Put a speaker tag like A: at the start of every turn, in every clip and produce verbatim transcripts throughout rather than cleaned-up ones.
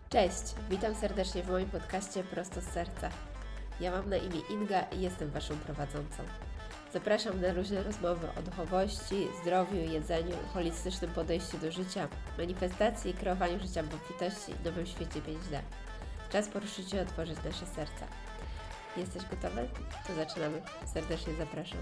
A: Cześć, witam serdecznie w moim podcaście Prosto z Serca. Ja mam na imię Inga i jestem Waszą prowadzącą. Zapraszam na różne rozmowy o duchowości, zdrowiu, jedzeniu, holistycznym podejściu do życia, manifestacji i kreowaniu życia w obfitości i nowym świecie pięć D. Czas poruszyć i otworzyć nasze serca. Jesteś gotowy? To zaczynamy. Serdecznie zapraszam.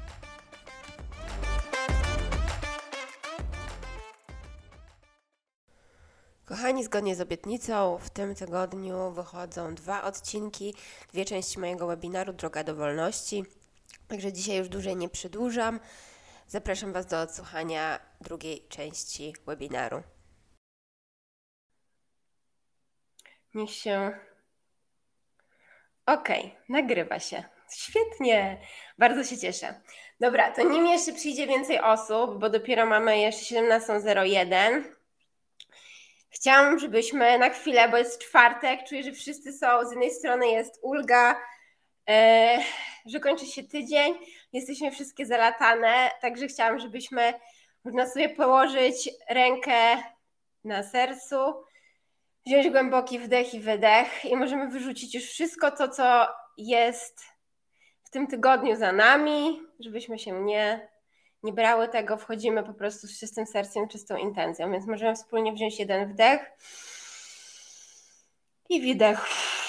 A: Kochani, zgodnie z obietnicą w tym tygodniu wychodzą dwa odcinki, dwie części mojego webinaru Droga do Wolności. Także dzisiaj już dłużej nie przedłużam. Zapraszam Was do odsłuchania drugiej części webinaru. Niech się... Okej, okay, nagrywa się. Świetnie, bardzo się cieszę. Dobra, to nim jeszcze przyjdzie więcej osób, bo dopiero mamy jeszcze siedemnasta zero jeden. Chciałam, żebyśmy na chwilę, bo jest czwartek, czuję, że wszyscy są, z jednej strony jest ulga, e, że kończy się tydzień, jesteśmy wszystkie zalatane, także chciałam, żebyśmy można sobie położyć rękę na sercu, wziąć głęboki wdech i wydech i możemy wyrzucić już wszystko to, co jest w tym tygodniu za nami, żebyśmy się nie... nie brały tego, wchodzimy po prostu z czystym sercem, czystą intencją, więc możemy wspólnie wziąć jeden wdech i wydech.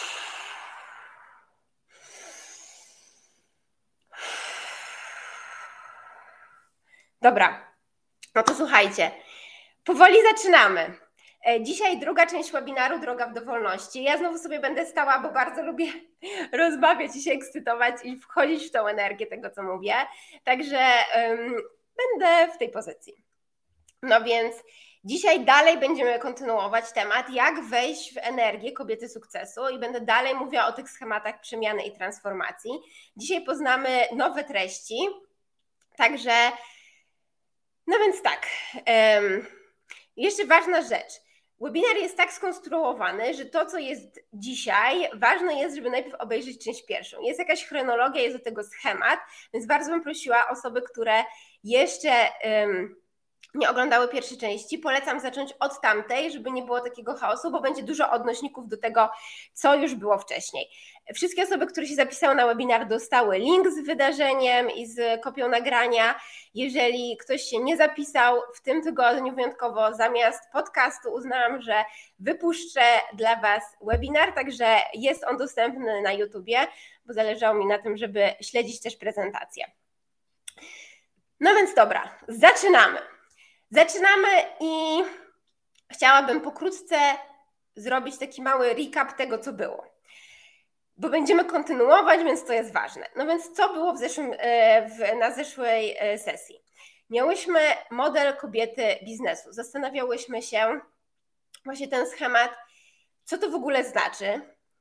A: Dobra, no to słuchajcie, powoli zaczynamy. Dzisiaj druga część webinaru Droga do Wolności. Ja znowu sobie będę stała, bo bardzo lubię rozmawiać i się ekscytować i wchodzić w tą energię tego, co mówię. Także um, będę w tej pozycji. No więc dzisiaj dalej będziemy kontynuować temat, jak wejść w energię kobiety sukcesu i będę dalej mówiła o tych schematach przemiany i transformacji. Dzisiaj poznamy nowe treści, także no więc tak, um, jeszcze ważna rzecz. Webinar jest tak skonstruowany, że to, co jest dzisiaj, ważne jest, żeby najpierw obejrzeć część pierwszą. Jest jakaś chronologia, jest do tego schemat, więc bardzo bym prosiła osoby, które jeszcze um, nie oglądały pierwszej części, polecam zacząć od tamtej, żeby nie było takiego chaosu, bo będzie dużo odnośników do tego, co już było wcześniej. Wszystkie osoby, które się zapisały na webinar, dostały link z wydarzeniem i z kopią nagrania. Jeżeli ktoś się nie zapisał, w tym tygodniu wyjątkowo zamiast podcastu uznałam, że wypuszczę dla Was webinar, także jest on dostępny na YouTubie, bo zależało mi na tym, żeby śledzić też prezentację. No więc dobra, zaczynamy. Zaczynamy i chciałabym pokrótce zrobić taki mały recap tego, co było, bo będziemy kontynuować, więc to jest ważne. No więc co było w zeszłym, w, na zeszłej sesji? Miałyśmy model kobiety biznesu. Zastanawiałyśmy się właśnie ten schemat, co to w ogóle znaczy,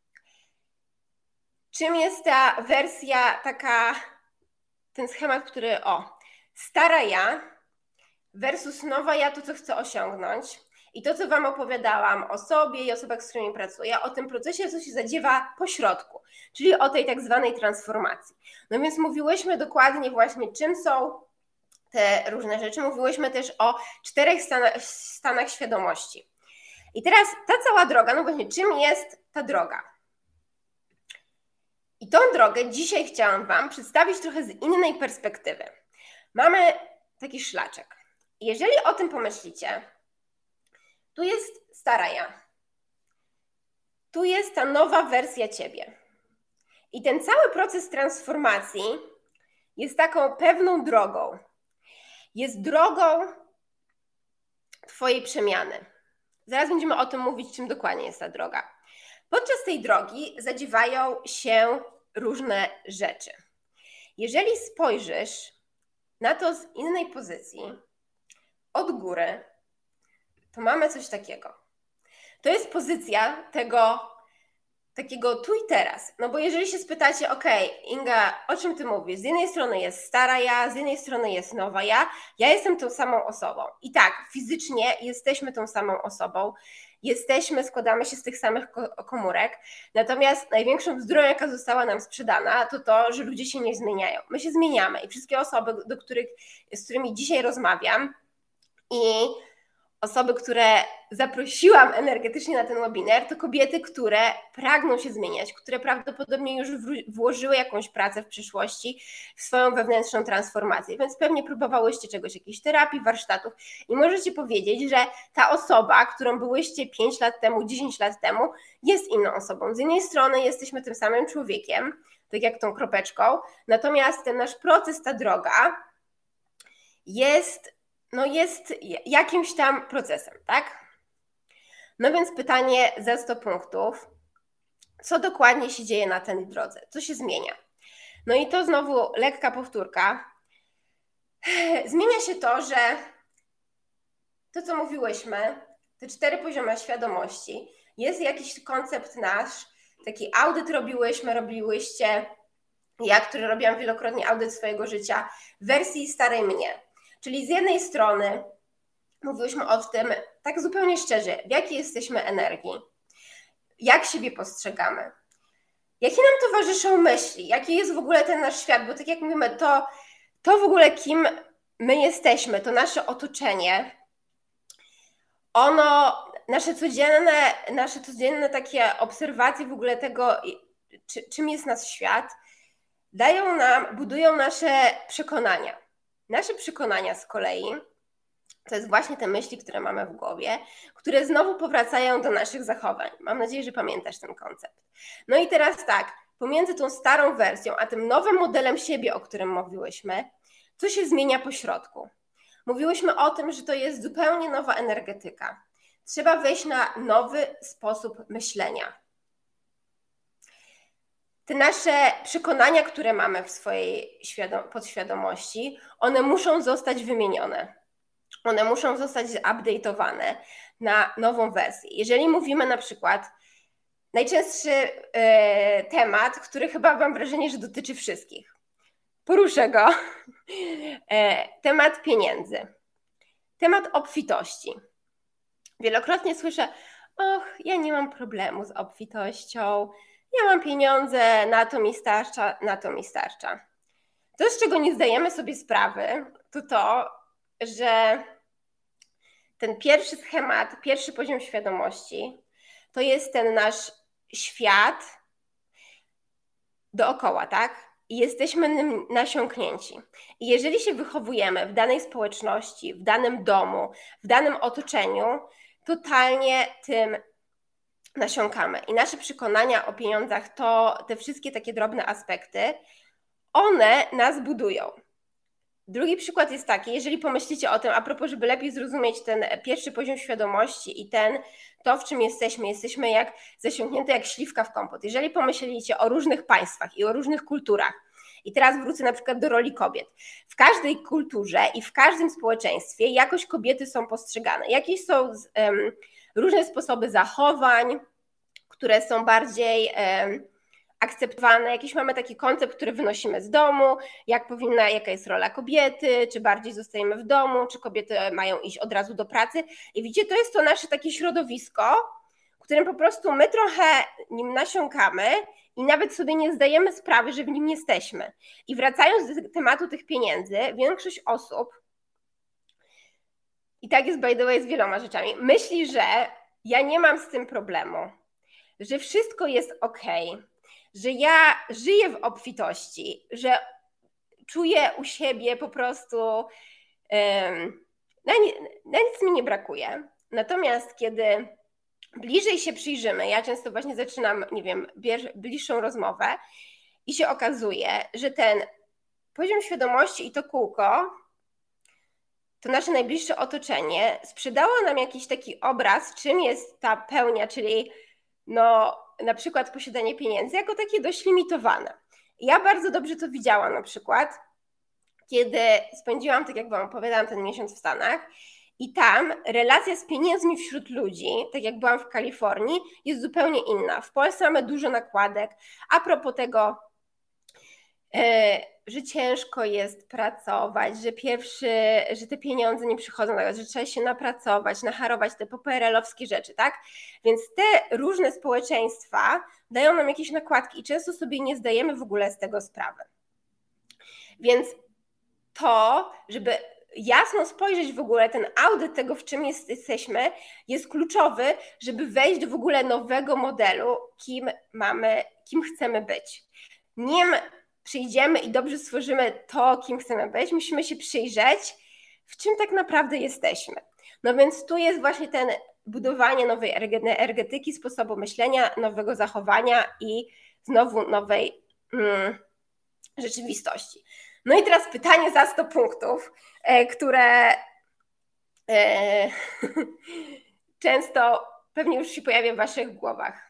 A: czym jest ta wersja taka, ten schemat, który o, stara ja, versus nowa ja, to co chcę osiągnąć i to, co Wam opowiadałam o sobie i osobach, z którymi pracuję, o tym procesie, co się zadziewa po środku, czyli o tej tak zwanej transformacji. No więc mówiłyśmy dokładnie właśnie, czym są te różne rzeczy. Mówiłyśmy też o czterech stanach, stanach świadomości. I teraz ta cała droga, no właśnie, czym jest ta droga? I tą drogę dzisiaj chciałam Wam przedstawić trochę z innej perspektywy. Mamy taki szlaczek. Jeżeli o tym pomyślicie, tu jest stara ja, tu jest ta nowa wersja Ciebie. I ten cały proces transformacji jest taką pewną drogą. Jest drogą Twojej przemiany. Zaraz będziemy o tym mówić, czym dokładnie jest ta droga. Podczas tej drogi zadziewają się różne rzeczy. Jeżeli spojrzysz na to z innej pozycji, od góry, to mamy coś takiego. To jest pozycja tego takiego tu i teraz. No bo jeżeli się spytacie, okej, okay, Inga, o czym ty mówisz? Z jednej strony jest stara ja, z jednej strony jest nowa ja. Ja jestem tą samą osobą. I tak, fizycznie jesteśmy tą samą osobą. Jesteśmy, składamy się z tych samych komórek. Natomiast największą bzdurą, jaka została nam sprzedana, to to, że ludzie się nie zmieniają. My się zmieniamy i wszystkie osoby, do których, z którymi dzisiaj rozmawiam, i osoby, które zaprosiłam energetycznie na ten webinar, to kobiety, które pragną się zmieniać, które prawdopodobnie już włożyły jakąś pracę w przyszłości w swoją wewnętrzną transformację, więc pewnie próbowałyście czegoś, jakiejś terapii, warsztatów i możecie powiedzieć, że ta osoba, którą byłyście pięć lat temu, dziesięć lat temu, jest inną osobą. Z jednej strony jesteśmy tym samym człowiekiem, tak jak tą kropeczką, natomiast ten nasz proces, ta droga jest no jest jakimś tam procesem, tak? No więc pytanie za sto punktów, co dokładnie się dzieje na tej drodze? Co się zmienia? No i to znowu lekka powtórka. Zmienia się to, że to, co mówiłyśmy, te cztery poziomy świadomości, jest jakiś koncept nasz, taki audyt robiłyśmy, robiłyście, ja, który robiłam wielokrotnie audyt swojego życia, w wersji starej mnie. Czyli z jednej strony mówiłyśmy o tym tak zupełnie szczerze, w jakiej jesteśmy energii, jak siebie postrzegamy, jakie nam towarzyszą myśli, jaki jest w ogóle ten nasz świat, bo tak jak mówimy, to, to w ogóle kim my jesteśmy, to nasze otoczenie, ono, nasze codzienne, nasze codzienne takie obserwacje w ogóle tego, czy, czym jest nasz świat, dają nam, budują nasze przekonania. Nasze przekonania z kolei to jest właśnie te myśli, które mamy w głowie, które znowu powracają do naszych zachowań. Mam nadzieję, że pamiętasz ten koncept. No i teraz tak, pomiędzy tą starą wersją, a tym nowym modelem siebie, o którym mówiłyśmy, co się zmienia po środku? Mówiłyśmy o tym, że to jest zupełnie nowa energetyka. Trzeba wejść na nowy sposób myślenia. Te nasze przekonania, które mamy w swojej podświadomości, one muszą zostać wymienione. One muszą zostać update'owane na nową wersję. Jeżeli mówimy na przykład, najczęstszy yy, temat, który chyba mam wrażenie, że dotyczy wszystkich. Poruszę go. e, temat pieniędzy. Temat obfitości. Wielokrotnie słyszę, och, ja nie mam problemu z obfitością, ja mam pieniądze, na to mi starcza, na to mi starcza. To, z czego nie zdajemy sobie sprawy, to to, że ten pierwszy schemat, pierwszy poziom świadomości, to jest ten nasz świat dookoła, tak? I jesteśmy nim nasiąknięci. I jeżeli się wychowujemy w danej społeczności, w danym domu, w danym otoczeniu, totalnie tym nasiąkamy. I nasze przekonania o pieniądzach, to te wszystkie takie drobne aspekty, one nas budują. Drugi przykład jest taki, jeżeli pomyślicie o tym, a propos, żeby lepiej zrozumieć ten pierwszy poziom świadomości i ten, to w czym jesteśmy, jesteśmy jak zasiąknięte jak śliwka w kompot. Jeżeli pomyślicie o różnych państwach i o różnych kulturach, i teraz wrócę na przykład do roli kobiet. W każdej kulturze i w każdym społeczeństwie jakoś kobiety są postrzegane. Jakieś są um, różne sposoby zachowań, które są bardziej um, akceptowane. Jakiś mamy taki koncept, który wynosimy z domu, jak powinna, jaka jest rola kobiety, czy bardziej zostajemy w domu, czy kobiety mają iść od razu do pracy. I widzicie, to jest to nasze takie środowisko, w którym po prostu my trochę nim nasiąkamy i nawet sobie nie zdajemy sprawy, że w nim jesteśmy. I wracając do tematu tych pieniędzy, większość osób, i tak jest by the way z wieloma rzeczami, myśli, że ja nie mam z tym problemu, że wszystko jest okej, że ja żyję w obfitości, że czuję u siebie po prostu, um, na, ni- na nic mi nie brakuje. Natomiast kiedy bliżej się przyjrzymy, ja często właśnie zaczynam, nie wiem, bliższą rozmowę i się okazuje, że ten poziom świadomości i to kółko, to nasze najbliższe otoczenie sprzedało nam jakiś taki obraz, czym jest ta pełnia, czyli no na przykład posiadanie pieniędzy jako takie dość limitowane. I ja bardzo dobrze to widziałam na przykład, kiedy spędziłam, tak jak wam opowiadałam, ten miesiąc w Stanach i tam relacja z pieniędzmi wśród ludzi, tak jak byłam w Kalifornii, jest zupełnie inna. W Polsce mamy dużo nakładek. A propos tego, yy, że ciężko jest pracować, że pierwszy, że te pieniądze nie przychodzą, że trzeba się napracować, nacharować te poperelowskie rzeczy, tak? Więc te różne społeczeństwa dają nam jakieś nakładki i często sobie nie zdajemy w ogóle z tego sprawy. Więc to, żeby jasno spojrzeć w ogóle, ten audyt tego, w czym jest, jesteśmy, jest kluczowy, żeby wejść do w ogóle nowego modelu, kim mamy, kim chcemy być. Nim przyjdziemy i dobrze stworzymy to, kim chcemy być, musimy się przyjrzeć, w czym tak naprawdę jesteśmy. No więc tu jest właśnie ten budowanie nowej energetyki, sposobu myślenia, nowego zachowania i znowu nowej mm, rzeczywistości. No i teraz pytanie za sto punktów, e, które e, często pewnie już się pojawia w waszych głowach.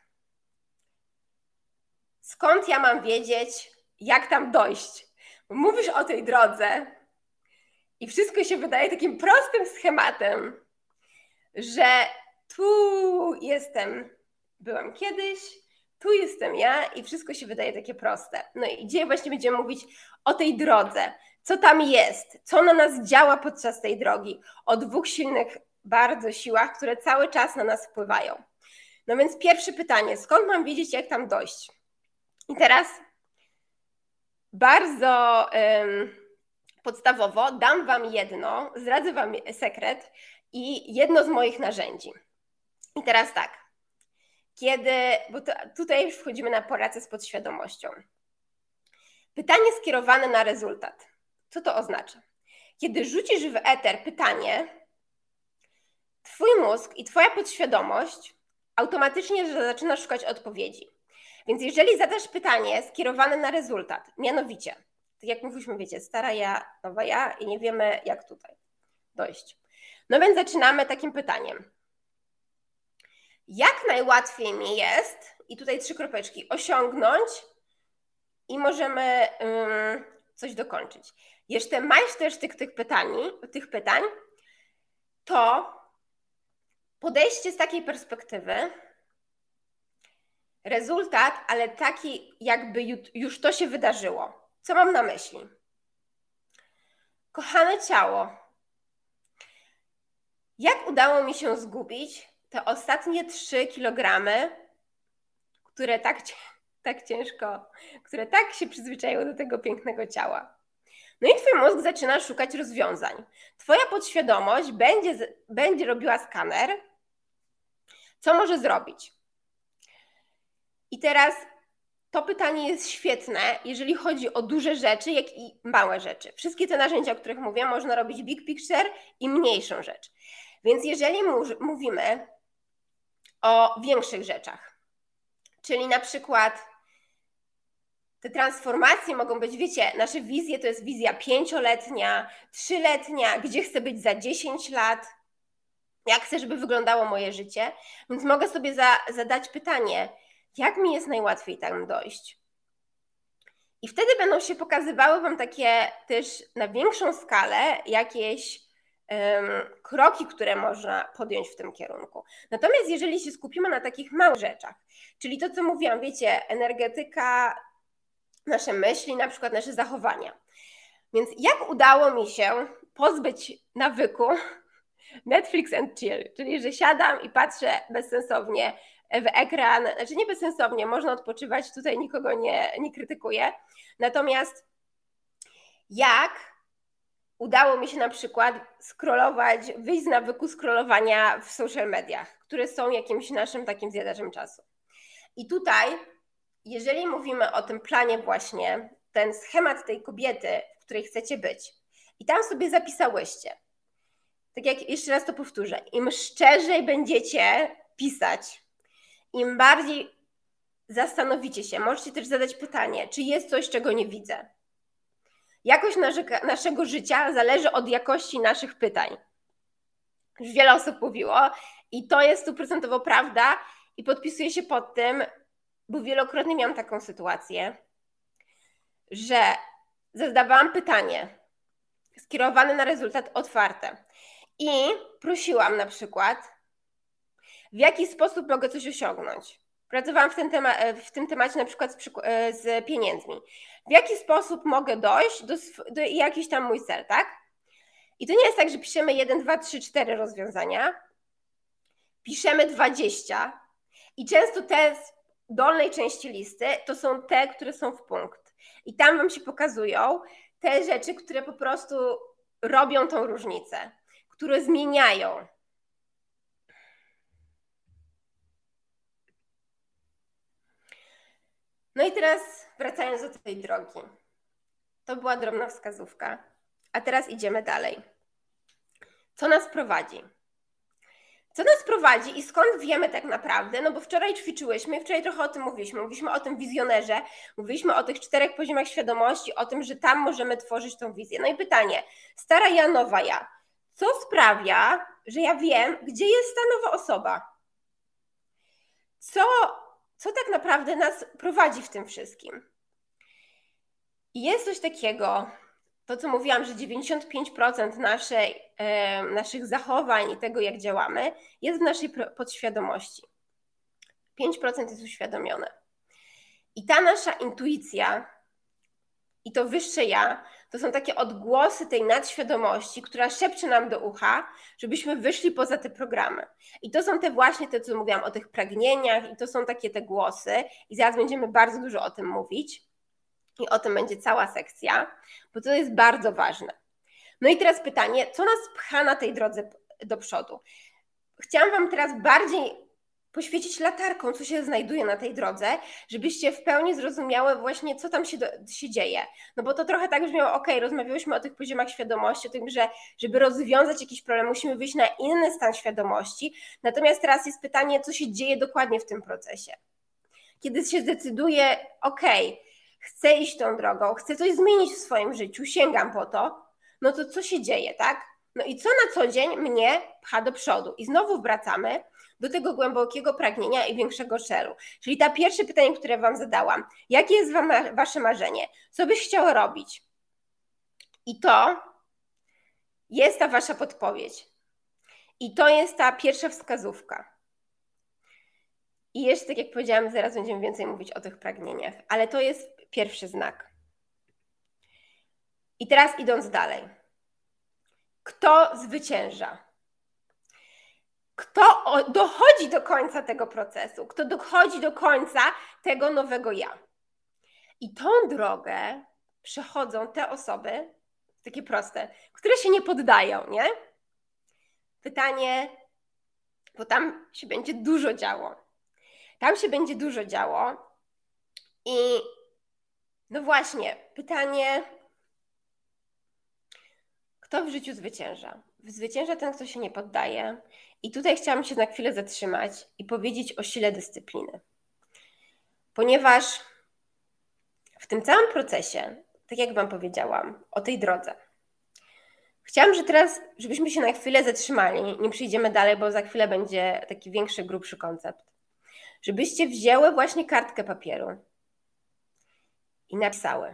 A: Skąd ja mam wiedzieć, jak tam dojść? Mówisz o tej drodze i wszystko się wydaje takim prostym schematem, że tu jestem, byłam kiedyś, tu jestem ja i wszystko się wydaje takie proste. No i dzisiaj właśnie będziemy mówić o tej drodze, co tam jest, co na nas działa podczas tej drogi, o dwóch silnych bardzo siłach, które cały czas na nas wpływają. No więc pierwsze pytanie, skąd mam wiedzieć, jak tam dojść? I teraz bardzo ym, podstawowo dam wam jedno, zdradzę wam sekret i jedno z moich narzędzi. I teraz tak, kiedy, bo to, tutaj już wchodzimy na pracę z podświadomością. Pytanie skierowane na rezultat. Co to oznacza? Kiedy rzucisz w eter pytanie, twój mózg i twoja podświadomość automatycznie zaczyna szukać odpowiedzi. Więc jeżeli zadasz pytanie skierowane na rezultat, mianowicie, tak jak mówiliśmy, wiecie, stara ja, nowa ja i nie wiemy, jak tutaj dojść. No więc zaczynamy takim pytaniem. Jak najłatwiej mi jest, i tutaj trzy kropeczki, osiągnąć i możemy um, coś dokończyć. Jeszcze majstersztyk tych pytań, tych pytań, to podejście z takiej perspektywy, rezultat, ale taki jakby już to się wydarzyło. Co mam na myśli? Kochane ciało, jak udało mi się zgubić te ostatnie trzy kilogramy, które tak, tak ciężko, które tak się przyzwyczaiły do tego pięknego ciała. No i twój mózg zaczyna szukać rozwiązań. Twoja podświadomość będzie, będzie robiła skaner, co może zrobić. I teraz to pytanie jest świetne, jeżeli chodzi o duże rzeczy, jak i małe rzeczy. Wszystkie te narzędzia, o których mówię, można robić big picture i mniejszą rzecz. Więc jeżeli mówimy o większych rzeczach, czyli na przykład te transformacje mogą być, wiecie, nasze wizje to jest wizja pięcioletnia, trzyletnia, gdzie chcę być za dziesięć lat, jak chcę, żeby wyglądało moje życie, więc mogę sobie za, zadać pytanie, jak mi jest najłatwiej tam dojść? I wtedy będą się pokazywały wam takie też na większą skalę jakieś um, kroki, które można podjąć w tym kierunku. Natomiast jeżeli się skupimy na takich małych rzeczach, czyli to, co mówiłam, wiecie, energetyka, nasze myśli, na przykład nasze zachowania. Więc jak udało mi się pozbyć nawyku Netflix and chill, czyli że siadam i patrzę bezsensownie w ekran, znaczy nie bezsensownie, można odpoczywać, tutaj nikogo nie, nie krytykuję, natomiast jak udało mi się na przykład scrollować, wyjść z nawyku scrollowania w social mediach, które są jakimś naszym takim zjadaczem czasu. I tutaj, jeżeli mówimy o tym planie właśnie, ten schemat tej kobiety, w której chcecie być i tam sobie zapisałyście, tak jak jeszcze raz to powtórzę, im szczerzej będziecie pisać, im bardziej zastanowicie się, możecie też zadać pytanie, czy jest coś, czego nie widzę. Jakość naszego życia zależy od jakości naszych pytań. Już wiele osób mówiło i to jest stuprocentowo prawda i podpisuję się pod tym, bo wielokrotnie miałam taką sytuację, że zadawałam pytanie skierowane na rezultat otwarte i prosiłam na przykład, w jaki sposób mogę coś osiągnąć. Pracowałam w tym, tema- w tym temacie na przykład z, przyk- z pieniędzmi. W jaki sposób mogę dojść do, sw- do jakiś tam mój cel, tak? I to nie jest tak, że piszemy jeden, dwa, trzy, cztery rozwiązania. Piszemy dwadzieścia i często te z dolnej części listy to są te, które są w punkt. I tam wam się pokazują te rzeczy, które po prostu robią tą różnicę, które zmieniają. No i teraz wracając do tej drogi. To była drobna wskazówka, a teraz idziemy dalej. Co nas prowadzi? Co nas prowadzi i skąd wiemy tak naprawdę? No bo wczoraj ćwiczyłyśmy, wczoraj trochę o tym mówiliśmy. Mówiliśmy o tym wizjonerze, mówiliśmy o tych czterech poziomach świadomości, o tym, że tam możemy tworzyć tą wizję. No i pytanie, stara ja, nowa ja. Co sprawia, że ja wiem, gdzie jest ta nowa osoba? Co, co tak naprawdę nas prowadzi w tym wszystkim? I jest coś takiego, to co mówiłam, że dziewięćdziesiąt pięć procent naszej, e, naszych zachowań i tego, jak działamy, jest w naszej podświadomości. pięć procent jest uświadomione. I ta nasza intuicja i to wyższe ja, to są takie odgłosy tej nadświadomości, która szepcze nam do ucha, żebyśmy wyszli poza te programy. I to są te właśnie te, co mówiłam o tych pragnieniach, i to są takie te głosy, i zaraz będziemy bardzo dużo o tym mówić. I o tym będzie cała sekcja, bo to jest bardzo ważne. No i teraz pytanie, co nas pcha na tej drodze do przodu? Chciałam Wam teraz bardziej poświecić latarką, co się znajduje na tej drodze, żebyście w pełni zrozumiały właśnie, co tam się, do, się dzieje. No bo to trochę tak brzmiało, ok, rozmawiałyśmy o tych poziomach świadomości, o tym, że żeby rozwiązać jakiś problem, musimy wyjść na inny stan świadomości. Natomiast teraz jest pytanie, co się dzieje dokładnie w tym procesie. Kiedy się zdecyduje, ok, chcę iść tą drogą, chcę coś zmienić w swoim życiu, sięgam po to, no to co się dzieje, tak? No i co na co dzień mnie pcha do przodu? I znowu wracamy do tego głębokiego pragnienia i większego celu. Czyli ta pierwsze pytanie, które Wam zadałam. Jakie jest wam, Wasze marzenie? Co byś chciało robić? I to jest ta Wasza podpowiedź. I to jest ta pierwsza wskazówka. I jeszcze, tak jak powiedziałam, zaraz będziemy więcej mówić o tych pragnieniach, ale to jest pierwszy znak. I teraz idąc dalej. Kto zwycięża? Kto dochodzi do końca tego procesu? Kto dochodzi do końca tego nowego ja? I tą drogę przechodzą te osoby, takie proste, które się nie poddają, nie? Pytanie, bo tam się będzie dużo działo. Tam się będzie dużo działo i no właśnie, pytanie, kto w życiu zwycięża? Zwycięża ten, kto się nie poddaje. I tutaj chciałam się na chwilę zatrzymać i powiedzieć o sile dyscypliny. Ponieważ w tym całym procesie, tak jak Wam powiedziałam, o tej drodze, chciałam, że teraz, żebyśmy się na chwilę zatrzymali, nie przejdziemy dalej, bo za chwilę będzie taki większy, grubszy koncept. Żebyście wzięły właśnie kartkę papieru i napisały: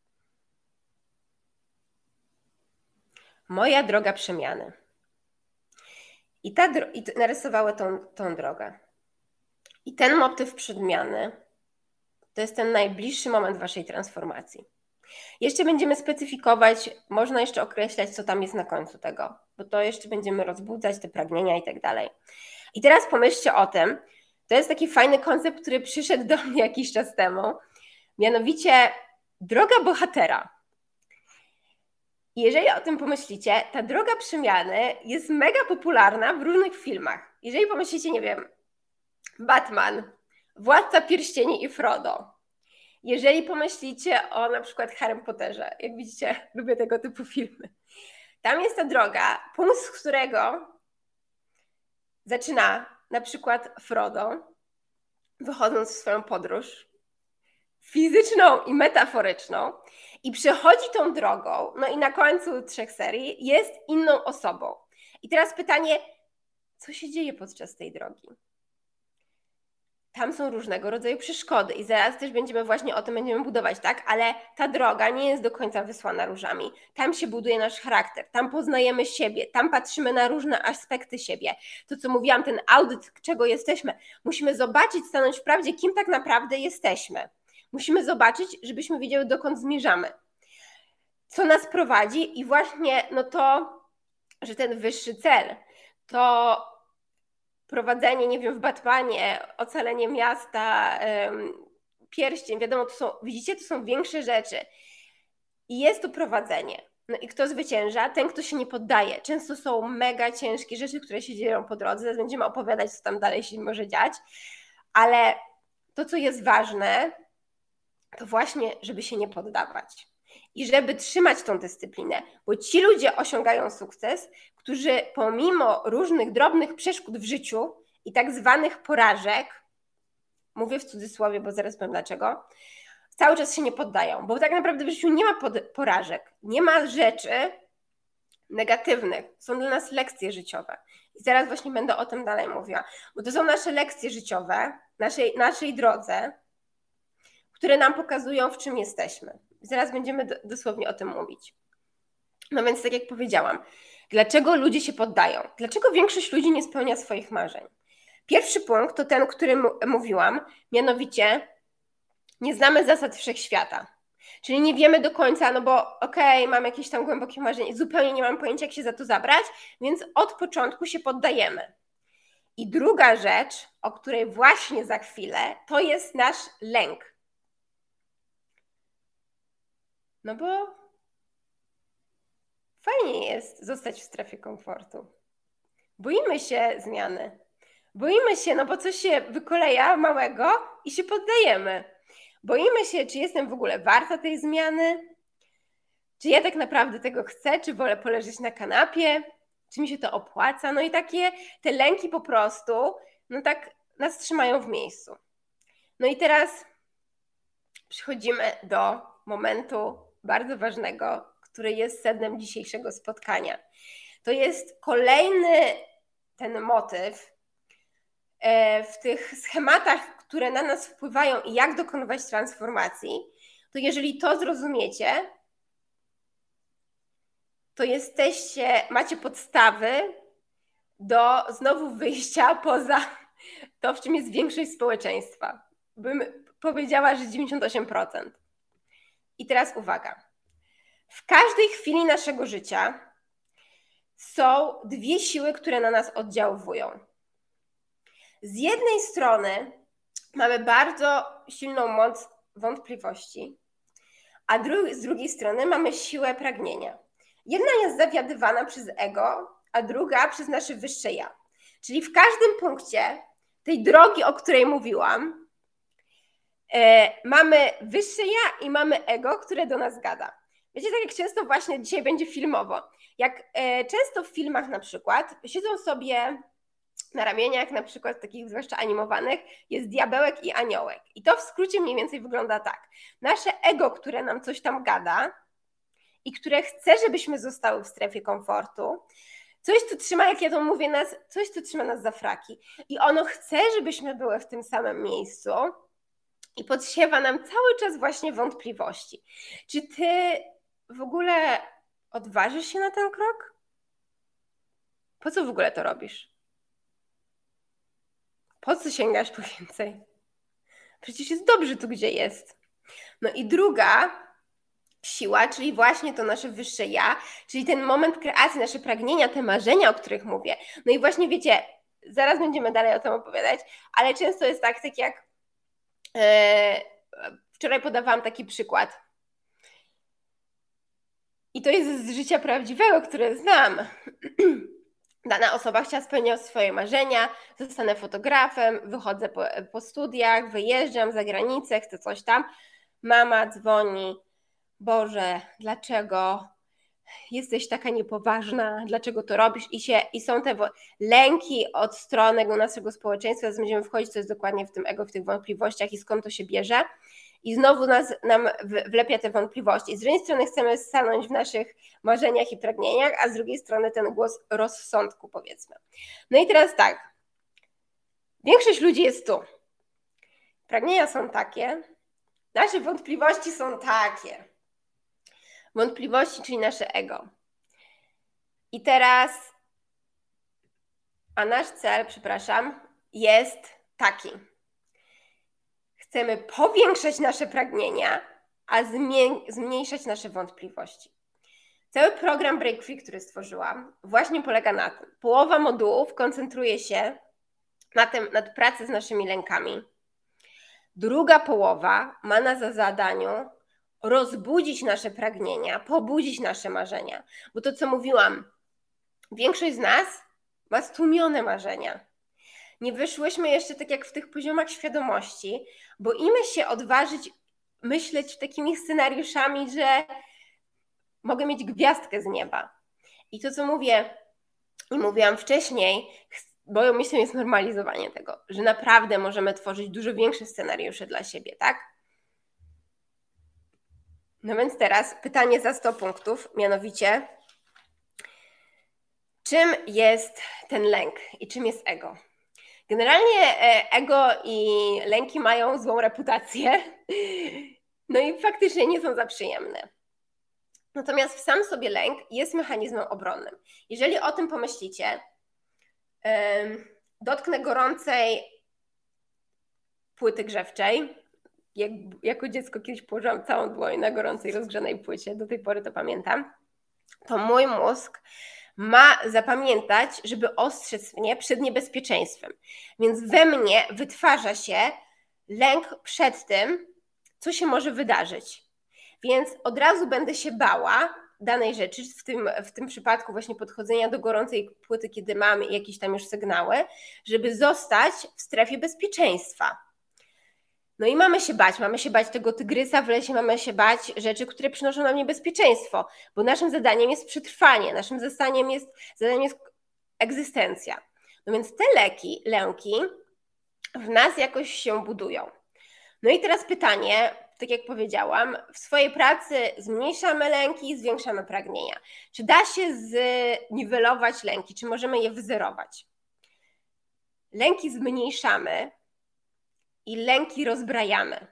A: moja droga przemiany. I, ta, i narysowały tą, tą drogę. I ten motyw przemiany to jest ten najbliższy moment Waszej transformacji. Jeszcze będziemy specyfikować, można jeszcze określać, co tam jest na końcu tego, bo to jeszcze będziemy rozbudzać te pragnienia i tak dalej. I teraz pomyślcie o tym, to jest taki fajny koncept, który przyszedł do mnie jakiś czas temu, mianowicie droga bohatera. I jeżeli o tym pomyślicie, ta droga przemiany jest mega popularna w różnych filmach. Jeżeli pomyślicie, nie wiem, Batman, Władca Pierścieni i Frodo. Jeżeli pomyślicie o na przykład Harrym Potterze, jak widzicie, lubię tego typu filmy. Tam jest ta droga, punkt, z którego zaczyna na przykład Frodo, wychodząc w swoją podróż fizyczną i metaforyczną i przechodzi tą drogą, no i na końcu trzech serii jest inną osobą. I teraz pytanie, co się dzieje podczas tej drogi? Tam są różnego rodzaju przeszkody i zaraz też będziemy właśnie o tym będziemy budować, tak? Ale ta droga nie jest do końca wysłana różami. Tam się buduje nasz charakter, tam poznajemy siebie, tam patrzymy na różne aspekty siebie. To, co mówiłam, ten audyt, czego jesteśmy, musimy zobaczyć, stanąć w prawdzie, kim tak naprawdę jesteśmy. Musimy zobaczyć, żebyśmy wiedziały, dokąd zmierzamy. Co nas prowadzi i właśnie no to, że ten wyższy cel, to prowadzenie, nie wiem, w Batmanie, ocalenie miasta, um, pierścień, wiadomo, to są, widzicie, to są większe rzeczy. I jest to prowadzenie. No i kto zwycięża? Ten, kto się nie poddaje. Często są mega ciężkie rzeczy, które się dzieją po drodze. Zaraz będziemy opowiadać, co tam dalej się może dziać. Ale to, co jest ważne, to właśnie, żeby się nie poddawać. I żeby trzymać tą dyscyplinę. Bo ci ludzie osiągają sukces, którzy pomimo różnych drobnych przeszkód w życiu i tak zwanych porażek, mówię w cudzysłowie, bo zaraz powiem dlaczego, cały czas się nie poddają, bo tak naprawdę w życiu nie ma porażek, nie ma rzeczy negatywnych, są dla nas lekcje życiowe. I zaraz właśnie będę o tym dalej mówiła, bo to są nasze lekcje życiowe, naszej, naszej drodze, które nam pokazują, w czym jesteśmy. I zaraz będziemy dosłownie o tym mówić. No więc tak jak powiedziałam, dlaczego ludzie się poddają? Dlaczego większość ludzi nie spełnia swoich marzeń? Pierwszy punkt to ten, o którym mówiłam, mianowicie nie znamy zasad wszechświata. Czyli nie wiemy do końca, no bo okej, okay, mam jakieś tam głębokie marzenie, zupełnie nie mam pojęcia, jak się za to zabrać, więc od początku się poddajemy. I druga rzecz, o której właśnie za chwilę, to jest nasz lęk. No bo fajnie jest zostać w strefie komfortu. Boimy się zmiany. Boimy się, no bo coś się wykoleja małego i się poddajemy. Boimy się, czy jestem w ogóle warta tej zmiany, czy ja tak naprawdę tego chcę, czy wolę poleżeć na kanapie, czy mi się to opłaca. No i takie te lęki po prostu, no tak nas trzymają w miejscu. No i teraz przechodzimy do momentu bardzo ważnego, który jest sednem dzisiejszego spotkania. To jest kolejny ten motyw w tych schematach, które na nas wpływają i jak dokonywać transformacji, to jeżeli to zrozumiecie, to jesteście, macie podstawy do znowu wyjścia poza to, w czym jest większość społeczeństwa. Bym powiedziała, że dziewięćdziesiąt osiem procent. I teraz uwaga. W każdej chwili naszego życia są dwie siły, które na nas oddziałują. Z jednej strony mamy bardzo silną moc wątpliwości, a dru- z drugiej strony mamy siłę pragnienia. Jedna jest zawiadywana przez ego, a druga przez nasze wyższe ja. Czyli w każdym punkcie tej drogi, o której mówiłam, e, mamy wyższe ja i mamy ego, które do nas gada. Wiecie, tak jak często właśnie dzisiaj będzie filmowo. Jak e, często w filmach na przykład siedzą sobie na ramieniach, na przykład takich zwłaszcza animowanych, jest diabełek i aniołek. I to w skrócie mniej więcej wygląda tak. Nasze ego, które nam coś tam gada i które chce, żebyśmy zostały w strefie komfortu, coś, co trzyma, jak ja to mówię, nas, coś, co trzyma nas za fraki. I ono chce, żebyśmy były w tym samym miejscu i podsiewa nam cały czas właśnie wątpliwości. Czy ty w ogóle odważysz się na ten krok? Po co w ogóle to robisz? Po co sięgasz po więcej? Przecież jest dobrze tu, gdzie jest. No i druga siła, czyli właśnie to nasze wyższe ja, czyli ten moment kreacji, nasze pragnienia, te marzenia, o których mówię. No i właśnie wiecie, zaraz będziemy dalej o tym opowiadać, ale często jest tak, tak jak yy, wczoraj podawałam taki przykład. I to jest z życia prawdziwego, które znam. Dana osoba chciała spełniać swoje marzenia, zostanę fotografem, wychodzę po, po studiach, wyjeżdżam za granicę, chcę coś tam. Mama dzwoni, Boże, dlaczego jesteś taka niepoważna, dlaczego to robisz? I, się, i są te lęki od strony naszego społeczeństwa, teraz będziemy wchodzić, co jest dokładnie w tym ego, w tych wątpliwościach i skąd to się bierze. I znowu nas, nam wlepia te wątpliwości. I z jednej strony chcemy stanąć w naszych marzeniach i pragnieniach, a z drugiej strony ten głos rozsądku, powiedzmy. No i teraz tak. Większość ludzi jest tu. Pragnienia są takie, nasze wątpliwości są takie. Wątpliwości, czyli nasze ego. I teraz, a nasz cel, przepraszam, jest taki. Chcemy powiększać nasze pragnienia, a zmniejszać nasze wątpliwości. Cały program Break Free, który stworzyłam, właśnie polega na tym. Połowa modułów koncentruje się na tym, nad pracy z naszymi lękami. Druga połowa ma na za zadaniu rozbudzić nasze pragnienia, pobudzić nasze marzenia. Bo to, co mówiłam, większość z nas ma stłumione marzenia. Nie wyszłyśmy jeszcze tak jak w tych poziomach świadomości, boimy się odważyć myśleć takimi scenariuszami, że mogę mieć gwiazdkę z nieba. I to, co mówię i mówiłam wcześniej, moją misją jest normalizowanie tego, że naprawdę możemy tworzyć dużo większe scenariusze dla siebie, tak? No więc teraz pytanie za sto punktów, mianowicie czym jest ten lęk i czym jest ego? Generalnie ego i lęki mają złą reputację, no i faktycznie nie są za przyjemne. Natomiast sam sobie lęk jest mechanizmem obronnym. Jeżeli o tym pomyślicie, dotknę gorącej płyty grzewczej. Jak, jako dziecko kiedyś położyłam całą dłoń na gorącej, rozgrzanej płycie, do tej pory to pamiętam, to mój mózg ma zapamiętać, żeby ostrzec mnie przed niebezpieczeństwem. Więc we mnie wytwarza się lęk przed tym, co się może wydarzyć. Więc od razu będę się bała danej rzeczy, w tym, w tym przypadku właśnie podchodzenia do gorącej płyty, kiedy mam jakieś tam już sygnały, żeby zostać w strefie bezpieczeństwa. No i mamy się bać, mamy się bać tego tygrysa w lesie, mamy się bać rzeczy, które przynoszą nam niebezpieczeństwo, bo naszym zadaniem jest przetrwanie, naszym zadaniem jest, zadaniem jest egzystencja. No więc te leki, lęki w nas jakoś się budują. No i teraz pytanie, tak jak powiedziałam, w swojej pracy zmniejszamy lęki, zwiększamy pragnienia. Czy da się zniwelować lęki, czy możemy je wyzerować? Lęki zmniejszamy i lęki rozbrajamy.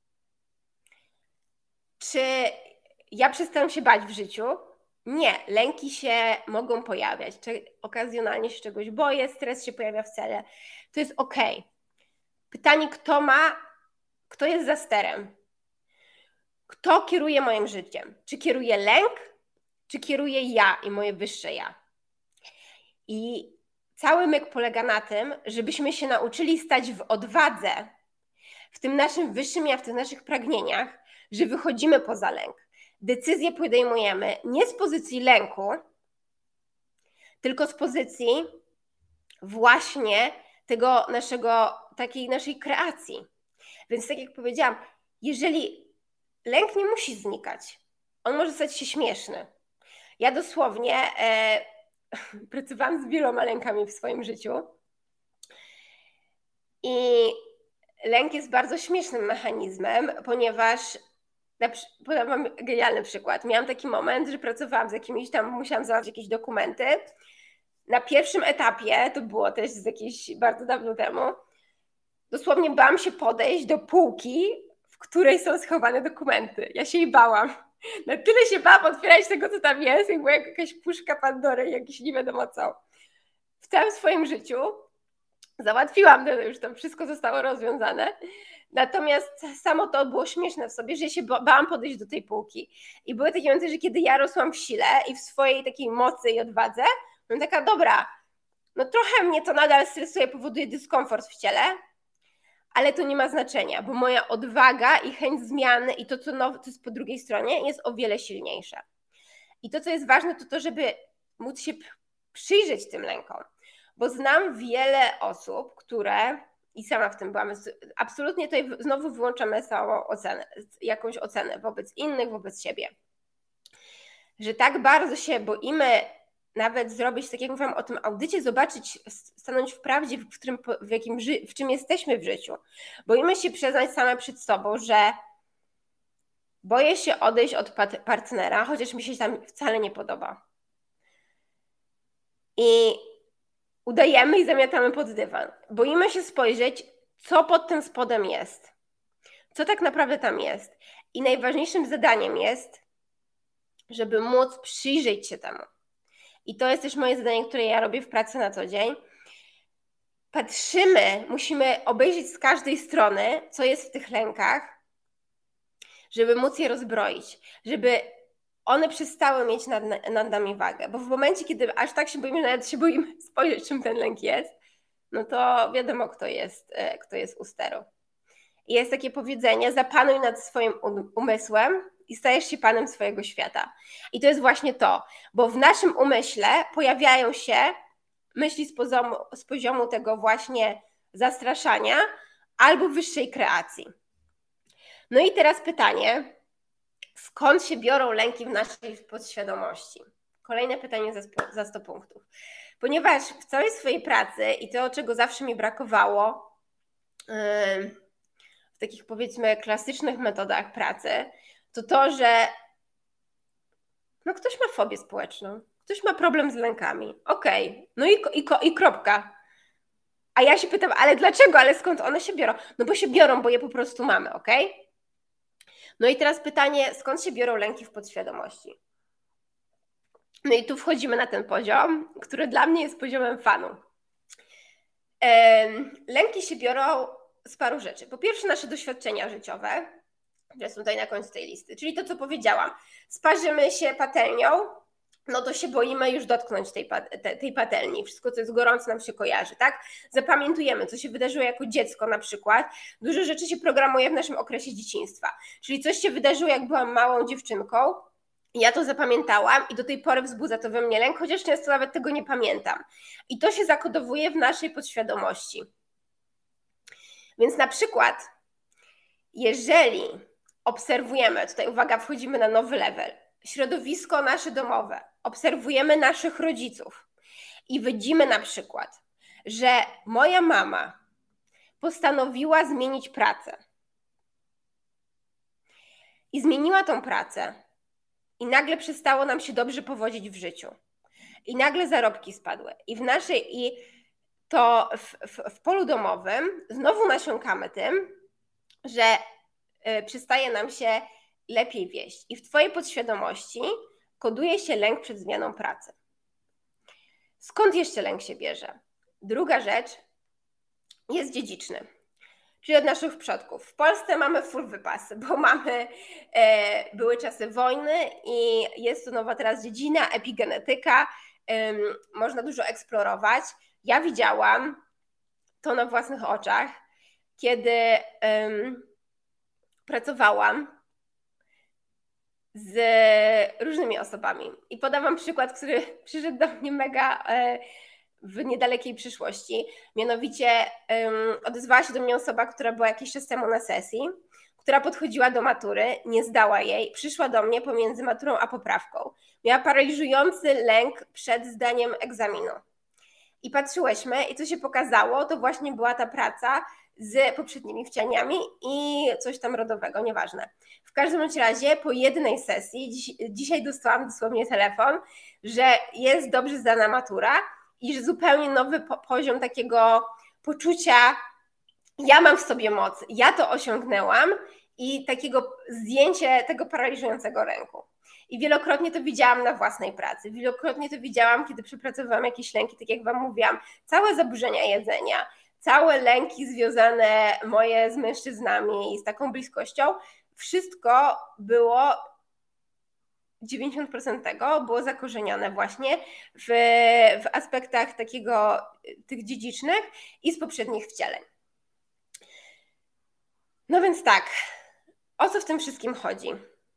A: Czy ja przestałam się bać w życiu? Nie, lęki się mogą pojawiać. Czy okazjonalnie się czegoś boję, stres się pojawia w cele. To jest ok. Pytanie, kto ma, kto jest za sterem? Kto kieruje moim życiem? Czy kieruje lęk, czy kieruję ja i moje wyższe ja? I cały myk polega na tym, żebyśmy się nauczyli stać w odwadze, w tym naszym wyższym ja, w tych naszych pragnieniach, że wychodzimy poza lęk. Decyzje podejmujemy nie z pozycji lęku, tylko z pozycji właśnie tego naszego, takiej naszej kreacji. Więc tak jak powiedziałam, jeżeli lęk nie musi znikać, on może stać się śmieszny. Ja dosłownie e, pracowałam z wieloma lękami w swoim życiu i lęk jest bardzo śmiesznym mechanizmem, ponieważ podam wam genialny przykład. Miałam taki moment, że pracowałam z jakimiś tam, musiałam załatwić jakieś dokumenty. Na pierwszym etapie, to było też z jakieś bardzo dawno temu, dosłownie bałam się podejść do półki, w której są schowane dokumenty. Ja się jej bałam. Na tyle się bałam otwierać tego, co tam jest, jak była jakaś puszka Pandory, jakieś nie wiadomo co. W całym swoim życiu załatwiłam, to już tam wszystko zostało rozwiązane. Natomiast samo to było śmieszne w sobie, że ja się bałam podejść do tej półki. I były takie momenty, że kiedy ja rosłam w sile i w swojej takiej mocy i odwadze, byłam taka, dobra, no trochę mnie to nadal stresuje, powoduje dyskomfort w ciele, ale to nie ma znaczenia, bo moja odwaga i chęć zmiany i to, co nowe, co jest po drugiej stronie, jest o wiele silniejsze. I to, co jest ważne, to to, żeby móc się przyjrzeć tym lękom, bo znam wiele osób, które, i sama w tym byłam, absolutnie tutaj znowu wyłączamy całą ocenę, jakąś ocenę wobec innych, wobec siebie, że tak bardzo się boimy nawet zrobić, tak jak mówiłam o tym audycie, zobaczyć, stanąć w prawdzie, w, którym, w, jakim, w czym jesteśmy w życiu. Boimy się przyznać same przed sobą, że boję się odejść od partnera, chociaż mi się tam wcale nie podoba. I udajemy i zamiatamy pod dywan. Boimy się spojrzeć, co pod tym spodem jest. Co tak naprawdę tam jest. I najważniejszym zadaniem jest, żeby móc przyjrzeć się temu. I to jest też moje zadanie, które ja robię w pracy na co dzień. Patrzymy, musimy obejrzeć z każdej strony, co jest w tych lękach, żeby móc je rozbroić, żeby one przestały mieć nad, nad nami wagę. Bo w momencie, kiedy aż tak się boimy, że nawet się boimy spojrzeć, czym ten lęk jest, no to wiadomo, kto jest, kto jest u steru. I jest takie powiedzenie, zapanuj nad swoim umysłem, i stajesz się panem swojego świata. I to jest właśnie to, bo w naszym umyśle pojawiają się myśli z poziomu, z poziomu tego właśnie zastraszania albo wyższej kreacji. No i teraz pytanie, skąd się biorą lęki w naszej podświadomości? Kolejne pytanie za, za sto punktów. Ponieważ w całej swojej pracy i to, czego zawsze mi brakowało yy, w takich powiedzmy klasycznych metodach pracy, to to, że no ktoś ma fobię społeczną, ktoś ma problem z lękami. Okej, okay. No i, i, i kropka. A ja się pytam, ale dlaczego, ale skąd one się biorą? No bo się biorą, bo je po prostu mamy, okej? Okay? No i teraz pytanie, skąd się biorą lęki w podświadomości? No i tu wchodzimy na ten poziom, który dla mnie jest poziomem fanu. Lęki się biorą z paru rzeczy. Po pierwsze nasze doświadczenia życiowe, które są tutaj na końcu tej listy, czyli to, co powiedziałam. Sparzymy się patelnią, no to się boimy już dotknąć tej, tej patelni. Wszystko, co jest gorące, nam się kojarzy, tak? Zapamiętujemy, co się wydarzyło jako dziecko na przykład. Dużo rzeczy się programuje w naszym okresie dzieciństwa. Czyli coś się wydarzyło, jak byłam małą dziewczynką, ja to zapamiętałam i do tej pory wzbudza to we mnie lęk, chociaż często nawet tego nie pamiętam. I to się zakodowuje w naszej podświadomości. Więc na przykład, jeżeli obserwujemy, tutaj uwaga, wchodzimy na nowy level, środowisko nasze domowe, obserwujemy naszych rodziców i widzimy na przykład, że moja mama postanowiła zmienić pracę i zmieniła tą pracę i nagle przestało nam się dobrze powodzić w życiu i nagle zarobki spadły i w naszej i to w, w, w polu domowym znowu nasiąkamy tym, że y, przestaje nam się lepiej wieść. I w twojej podświadomości koduje się lęk przed zmianą pracy. Skąd jeszcze lęk się bierze? Druga rzecz jest dziedziczny, czyli od naszych przodków. W Polsce mamy full wypasy, bo mamy, e, były czasy wojny i jest to nowa teraz dziedzina, epigenetyka, e, można dużo eksplorować. Ja widziałam to na własnych oczach, kiedy e, pracowałam z różnymi osobami. I podam wam przykład, który przyszedł do mnie mega e, w niedalekiej przyszłości. Mianowicie um, odezwała się do mnie osoba, która była jakiś czas temu na sesji, która podchodziła do matury, nie zdała jej, przyszła do mnie pomiędzy maturą a poprawką. Miała paraliżujący lęk przed zdaniem egzaminu. I patrzyłyśmy i co się pokazało, to właśnie była ta praca z poprzednimi wcieleniami i coś tam rodowego, nieważne. W każdym razie po jednej sesji, dziś, dzisiaj dostałam dosłownie telefon, że jest dobrze zdana matura i że zupełnie nowy po, poziom takiego poczucia, ja mam w sobie moc, ja to osiągnęłam i takiego zdjęcie tego paraliżującego lęku. I wielokrotnie to widziałam na własnej pracy, wielokrotnie to widziałam, kiedy przepracowałam jakieś lęki, tak jak wam mówiłam, całe zaburzenia jedzenia, całe lęki związane moje z mężczyznami i z taką bliskością, wszystko było, dziewięćdziesiąt procent tego było zakorzenione właśnie w, w aspektach takiego, tych dziedzicznych i z poprzednich wcieleń. No więc tak, o co w tym wszystkim chodzi?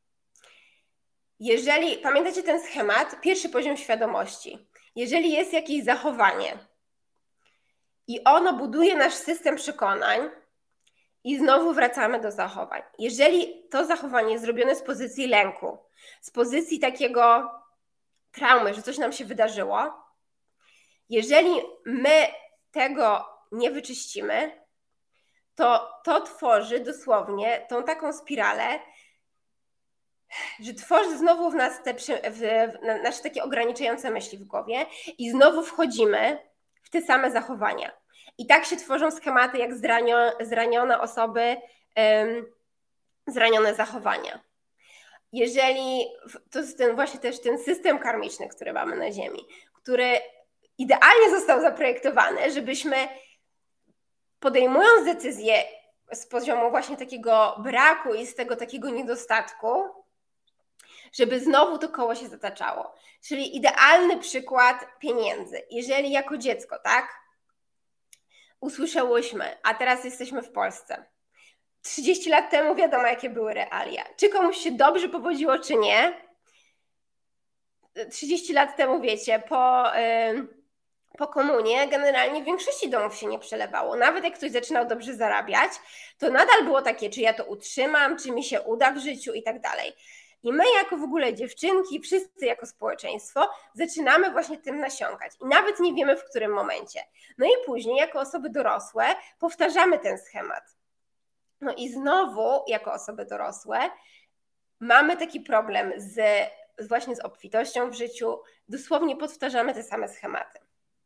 A: Jeżeli, pamiętacie ten schemat, pierwszy poziom świadomości, jeżeli jest jakieś zachowanie i ono buduje nasz system przekonań i znowu wracamy do zachowań. Jeżeli to zachowanie jest zrobione z pozycji lęku, z pozycji takiego traumy, że coś nam się wydarzyło, jeżeli my tego nie wyczyścimy, to to tworzy dosłownie tą taką spiralę, że tworzy znowu w nas te w, w, nasze takie ograniczające myśli w głowie i znowu wchodzimy w te same zachowania. I tak się tworzą schematy jak zranio, zranione osoby, um, zranione zachowania. Jeżeli, to jest ten właśnie też ten system karmiczny, który mamy na Ziemi, który idealnie został zaprojektowany, żebyśmy podejmując decyzje z poziomu właśnie takiego braku i z tego takiego niedostatku, żeby znowu to koło się zataczało. Czyli idealny przykład pieniędzy. Jeżeli jako dziecko, tak, usłyszałyśmy, a teraz jesteśmy w Polsce, trzydzieści lat temu wiadomo, jakie były realia. Czy komuś się dobrze powodziło, czy nie. trzydzieści lat temu, wiecie, po, yy, po komunie generalnie w większości domów się nie przelewało. Nawet jak ktoś zaczynał dobrze zarabiać, to nadal było takie, czy ja to utrzymam, czy mi się uda w życiu i tak dalej. I my jako w ogóle dziewczynki, wszyscy jako społeczeństwo zaczynamy właśnie tym nasiąkać i nawet nie wiemy, w którym momencie. No i później jako osoby dorosłe powtarzamy ten schemat. No i znowu jako osoby dorosłe mamy taki problem z, właśnie z obfitością w życiu, dosłownie powtarzamy te same schematy.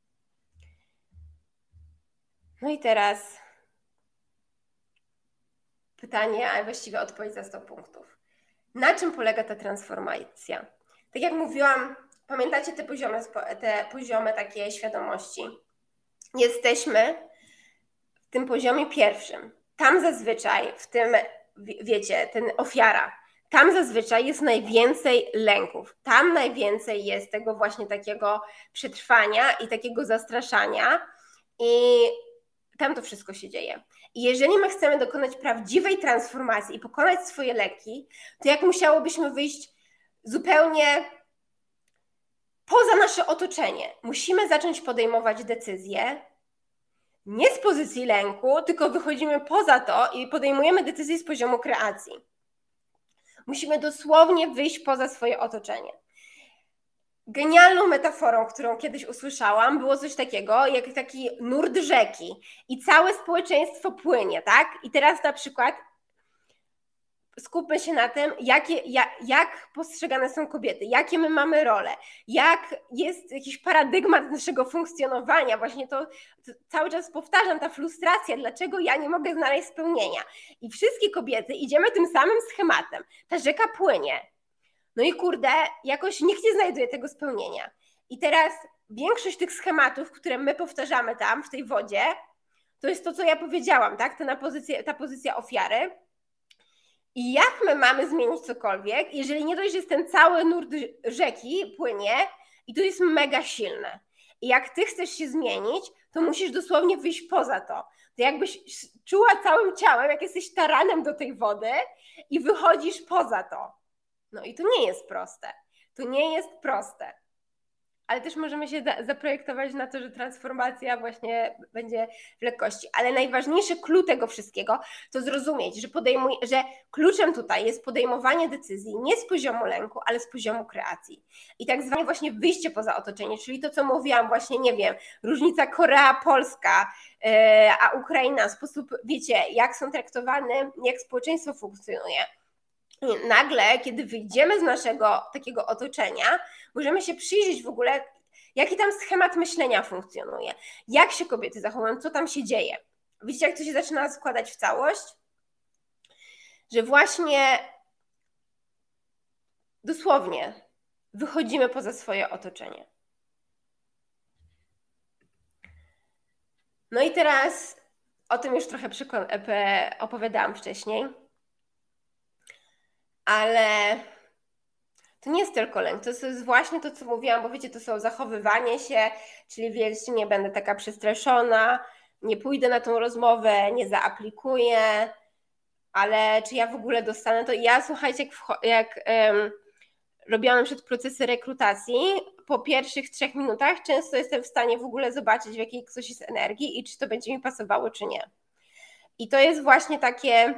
A: No i teraz pytanie, a właściwie odpowiedź za sto punktów. Na czym polega ta transformacja? Tak jak mówiłam, pamiętacie te poziomy, te poziomy takie świadomości? Jesteśmy w tym poziomie pierwszym. Tam zazwyczaj, w tym, wiecie, ten ofiara, tam zazwyczaj jest najwięcej lęków. Tam najwięcej jest tego właśnie takiego przetrwania i takiego zastraszania i tam to wszystko się dzieje. I jeżeli my chcemy dokonać prawdziwej transformacji i pokonać swoje lęki, to jak musiałobyśmy wyjść zupełnie poza nasze otoczenie. Musimy zacząć podejmować decyzje nie z pozycji lęku, tylko wychodzimy poza to i podejmujemy decyzje z poziomu kreacji. Musimy dosłownie wyjść poza swoje otoczenie. Genialną metaforą, którą kiedyś usłyszałam, było coś takiego, jak taki nurt rzeki i całe społeczeństwo płynie, tak? I teraz na przykład skupmy się na tym, jakie, jak, jak postrzegane są kobiety, jakie my mamy role, jak jest jakiś paradygmat naszego funkcjonowania, właśnie to, to cały czas powtarzam, ta frustracja, dlaczego ja nie mogę znaleźć spełnienia. I wszystkie kobiety idziemy tym samym schematem, ta rzeka płynie. No i kurde, jakoś nikt nie znajduje tego spełnienia. I teraz większość tych schematów, które my powtarzamy tam w tej wodzie, to jest to, co ja powiedziałam, tak? Ta, na pozycję, ta pozycja ofiary. I jak my mamy zmienić cokolwiek, jeżeli nie dość, że jest ten cały nurt rzeki płynie i to jest mega silne. I jak ty chcesz się zmienić, to musisz dosłownie wyjść poza to. To jakbyś czuła całym ciałem, jak jesteś taranem do tej wody i wychodzisz poza to. No i to nie jest proste. To nie jest proste. Ale też możemy się zaprojektować na to, że transformacja właśnie będzie w lekkości. Ale najważniejszy clue tego wszystkiego to zrozumieć, że, podejmuj, że kluczem tutaj jest podejmowanie decyzji nie z poziomu lęku, ale z poziomu kreacji. I tak zwane właśnie wyjście poza otoczenie, czyli to, co mówiłam właśnie, nie wiem, różnica Korea-Polska, yy, a Ukraina, sposób, wiecie, jak są traktowane, jak społeczeństwo funkcjonuje. Nagle, kiedy wyjdziemy z naszego takiego otoczenia, możemy się przyjrzeć w ogóle, jaki tam schemat myślenia funkcjonuje, jak się kobiety zachowują, co tam się dzieje. Widzicie, jak to się zaczyna składać w całość? Że właśnie dosłownie wychodzimy poza swoje otoczenie. No i teraz o tym już trochę opowiadałam wcześniej. Ale to nie jest tylko lęk, to jest właśnie to, co mówiłam, bo wiecie, to są zachowywanie się, czyli wiecie, nie będę taka przestraszona, nie pójdę na tą rozmowę, nie zaaplikuję, ale czy ja w ogóle dostanę to? Ja, słuchajcie, jak, jak um, robiłam na przykład procesy rekrutacji, po pierwszych trzech minutach często jestem w stanie w ogóle zobaczyć, w jakiej ktoś jest energii i czy to będzie mi pasowało, czy nie. I to jest właśnie takie,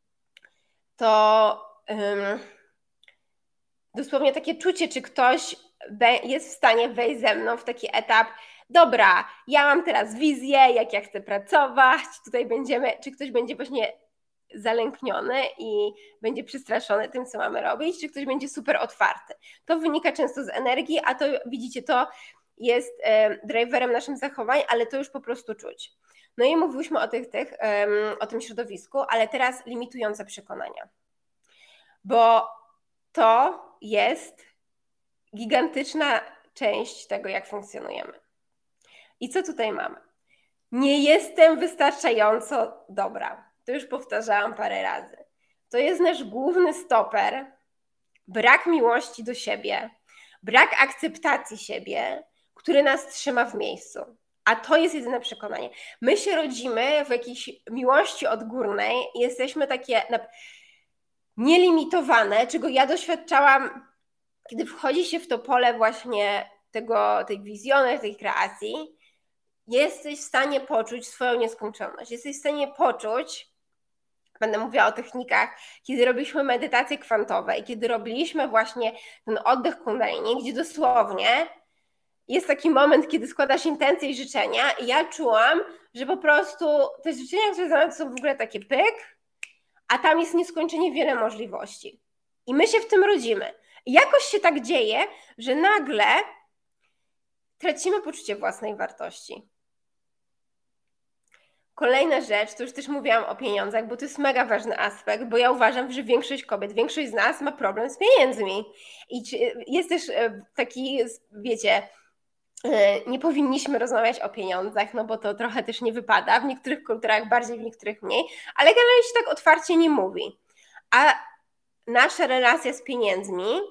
A: to um, dosłownie takie czucie, czy ktoś jest w stanie wejść ze mną w taki etap, dobra, ja mam teraz wizję, jak ja chcę pracować, tutaj będziemy, czy ktoś będzie właśnie zalękniony i będzie przestraszony tym, co mamy robić, czy ktoś będzie super otwarty. To wynika często z energii, a to widzicie, to jest e, driverem naszym zachowań, ale to już po prostu czuć. No i mówiłyśmy o, tych, tych, um, o tym środowisku, ale teraz limitujące przekonania. Bo to jest gigantyczna część tego, jak funkcjonujemy. I co tutaj mamy? Nie jestem wystarczająco dobra. To już powtarzałam parę razy. To jest nasz główny stoper. Brak miłości do siebie, brak akceptacji siebie, który nas trzyma w miejscu. A to jest jedyne przekonanie. My się rodzimy w jakiejś miłości odgórnej i jesteśmy takie nielimitowane, czego ja doświadczałam, kiedy wchodzi się w to pole właśnie tego, tej wizjony, tej kreacji, jesteś w stanie poczuć swoją nieskończoność. Jesteś w stanie poczuć, będę mówiła o technikach, kiedy robiliśmy medytacje kwantowe i kiedy robiliśmy właśnie ten oddech kundalini, gdzie dosłownie jest taki moment, kiedy składasz intencje i życzenia i ja czułam, że po prostu te życzenia, które znamy, są w ogóle takie pyk, a tam jest nieskończenie wiele możliwości. I my się w tym rodzimy. I jakoś się tak dzieje, że nagle tracimy poczucie własnej wartości. Kolejna rzecz, to już też mówiłam o pieniądzach, bo to jest mega ważny aspekt, bo ja uważam, że większość kobiet, większość z nas ma problem z pieniędzmi. I jest też taki, wiecie, nie powinniśmy rozmawiać o pieniądzach, no bo to trochę też nie wypada, w niektórych kulturach bardziej, w niektórych mniej, ale generalnie się tak otwarcie nie mówi. A nasza relacja z pieniędzmi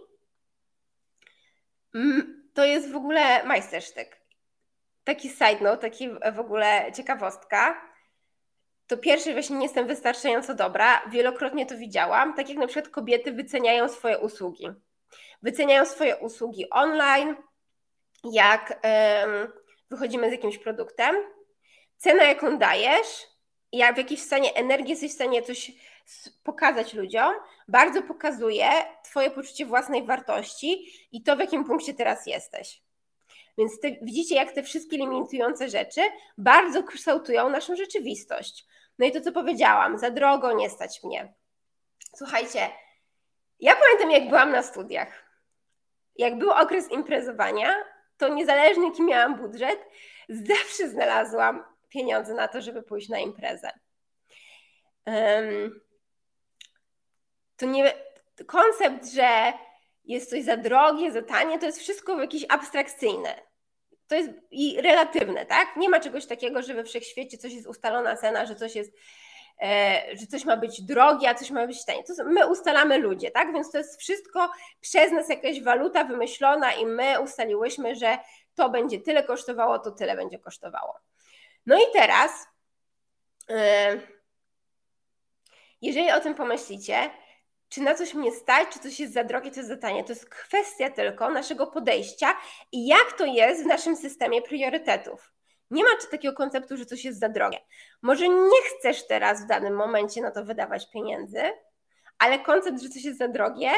A: to jest w ogóle majstersztyk. Taki side note, taki w ogóle ciekawostka. To pierwsze, właśnie nie jestem wystarczająco dobra, wielokrotnie to widziałam, tak jak na przykład kobiety wyceniają swoje usługi. Wyceniają swoje usługi online, jak um, wychodzimy z jakimś produktem, cena jaką dajesz, jak w jakiejś stanie energii jesteś w stanie coś pokazać ludziom, bardzo pokazuje twoje poczucie własnej wartości i to, w jakim punkcie teraz jesteś. Więc te, widzicie, jak te wszystkie limitujące rzeczy bardzo kształtują naszą rzeczywistość. No i to, co powiedziałam, za drogo, nie stać mnie. Słuchajcie, ja pamiętam, jak byłam na studiach. Jak był okres imprezowania, to niezależnie jaki miałam budżet, zawsze znalazłam pieniądze na to, żeby pójść na imprezę. Um, to nie... Koncept, że jest coś za drogie, za tanie, to jest wszystko jakieś abstrakcyjne. To jest i relatywne, tak? Nie ma czegoś takiego, że we wszechświecie coś jest ustalona cena, że coś jest, e, że coś ma być drogie, a coś ma być tanie. To są, my ustalamy ludzie, tak? Więc to jest wszystko przez nas jakaś waluta wymyślona i my ustaliłyśmy, że to będzie tyle kosztowało, to tyle będzie kosztowało. No i teraz, e, jeżeli o tym pomyślicie, czy na coś mnie stać, czy coś jest za drogie, czy za tanie. To jest kwestia tylko naszego podejścia i jak to jest w naszym systemie priorytetów. Nie ma takiego konceptu, że coś jest za drogie. Może nie chcesz teraz w danym momencie na to wydawać pieniędzy, ale koncept, że coś jest za drogie,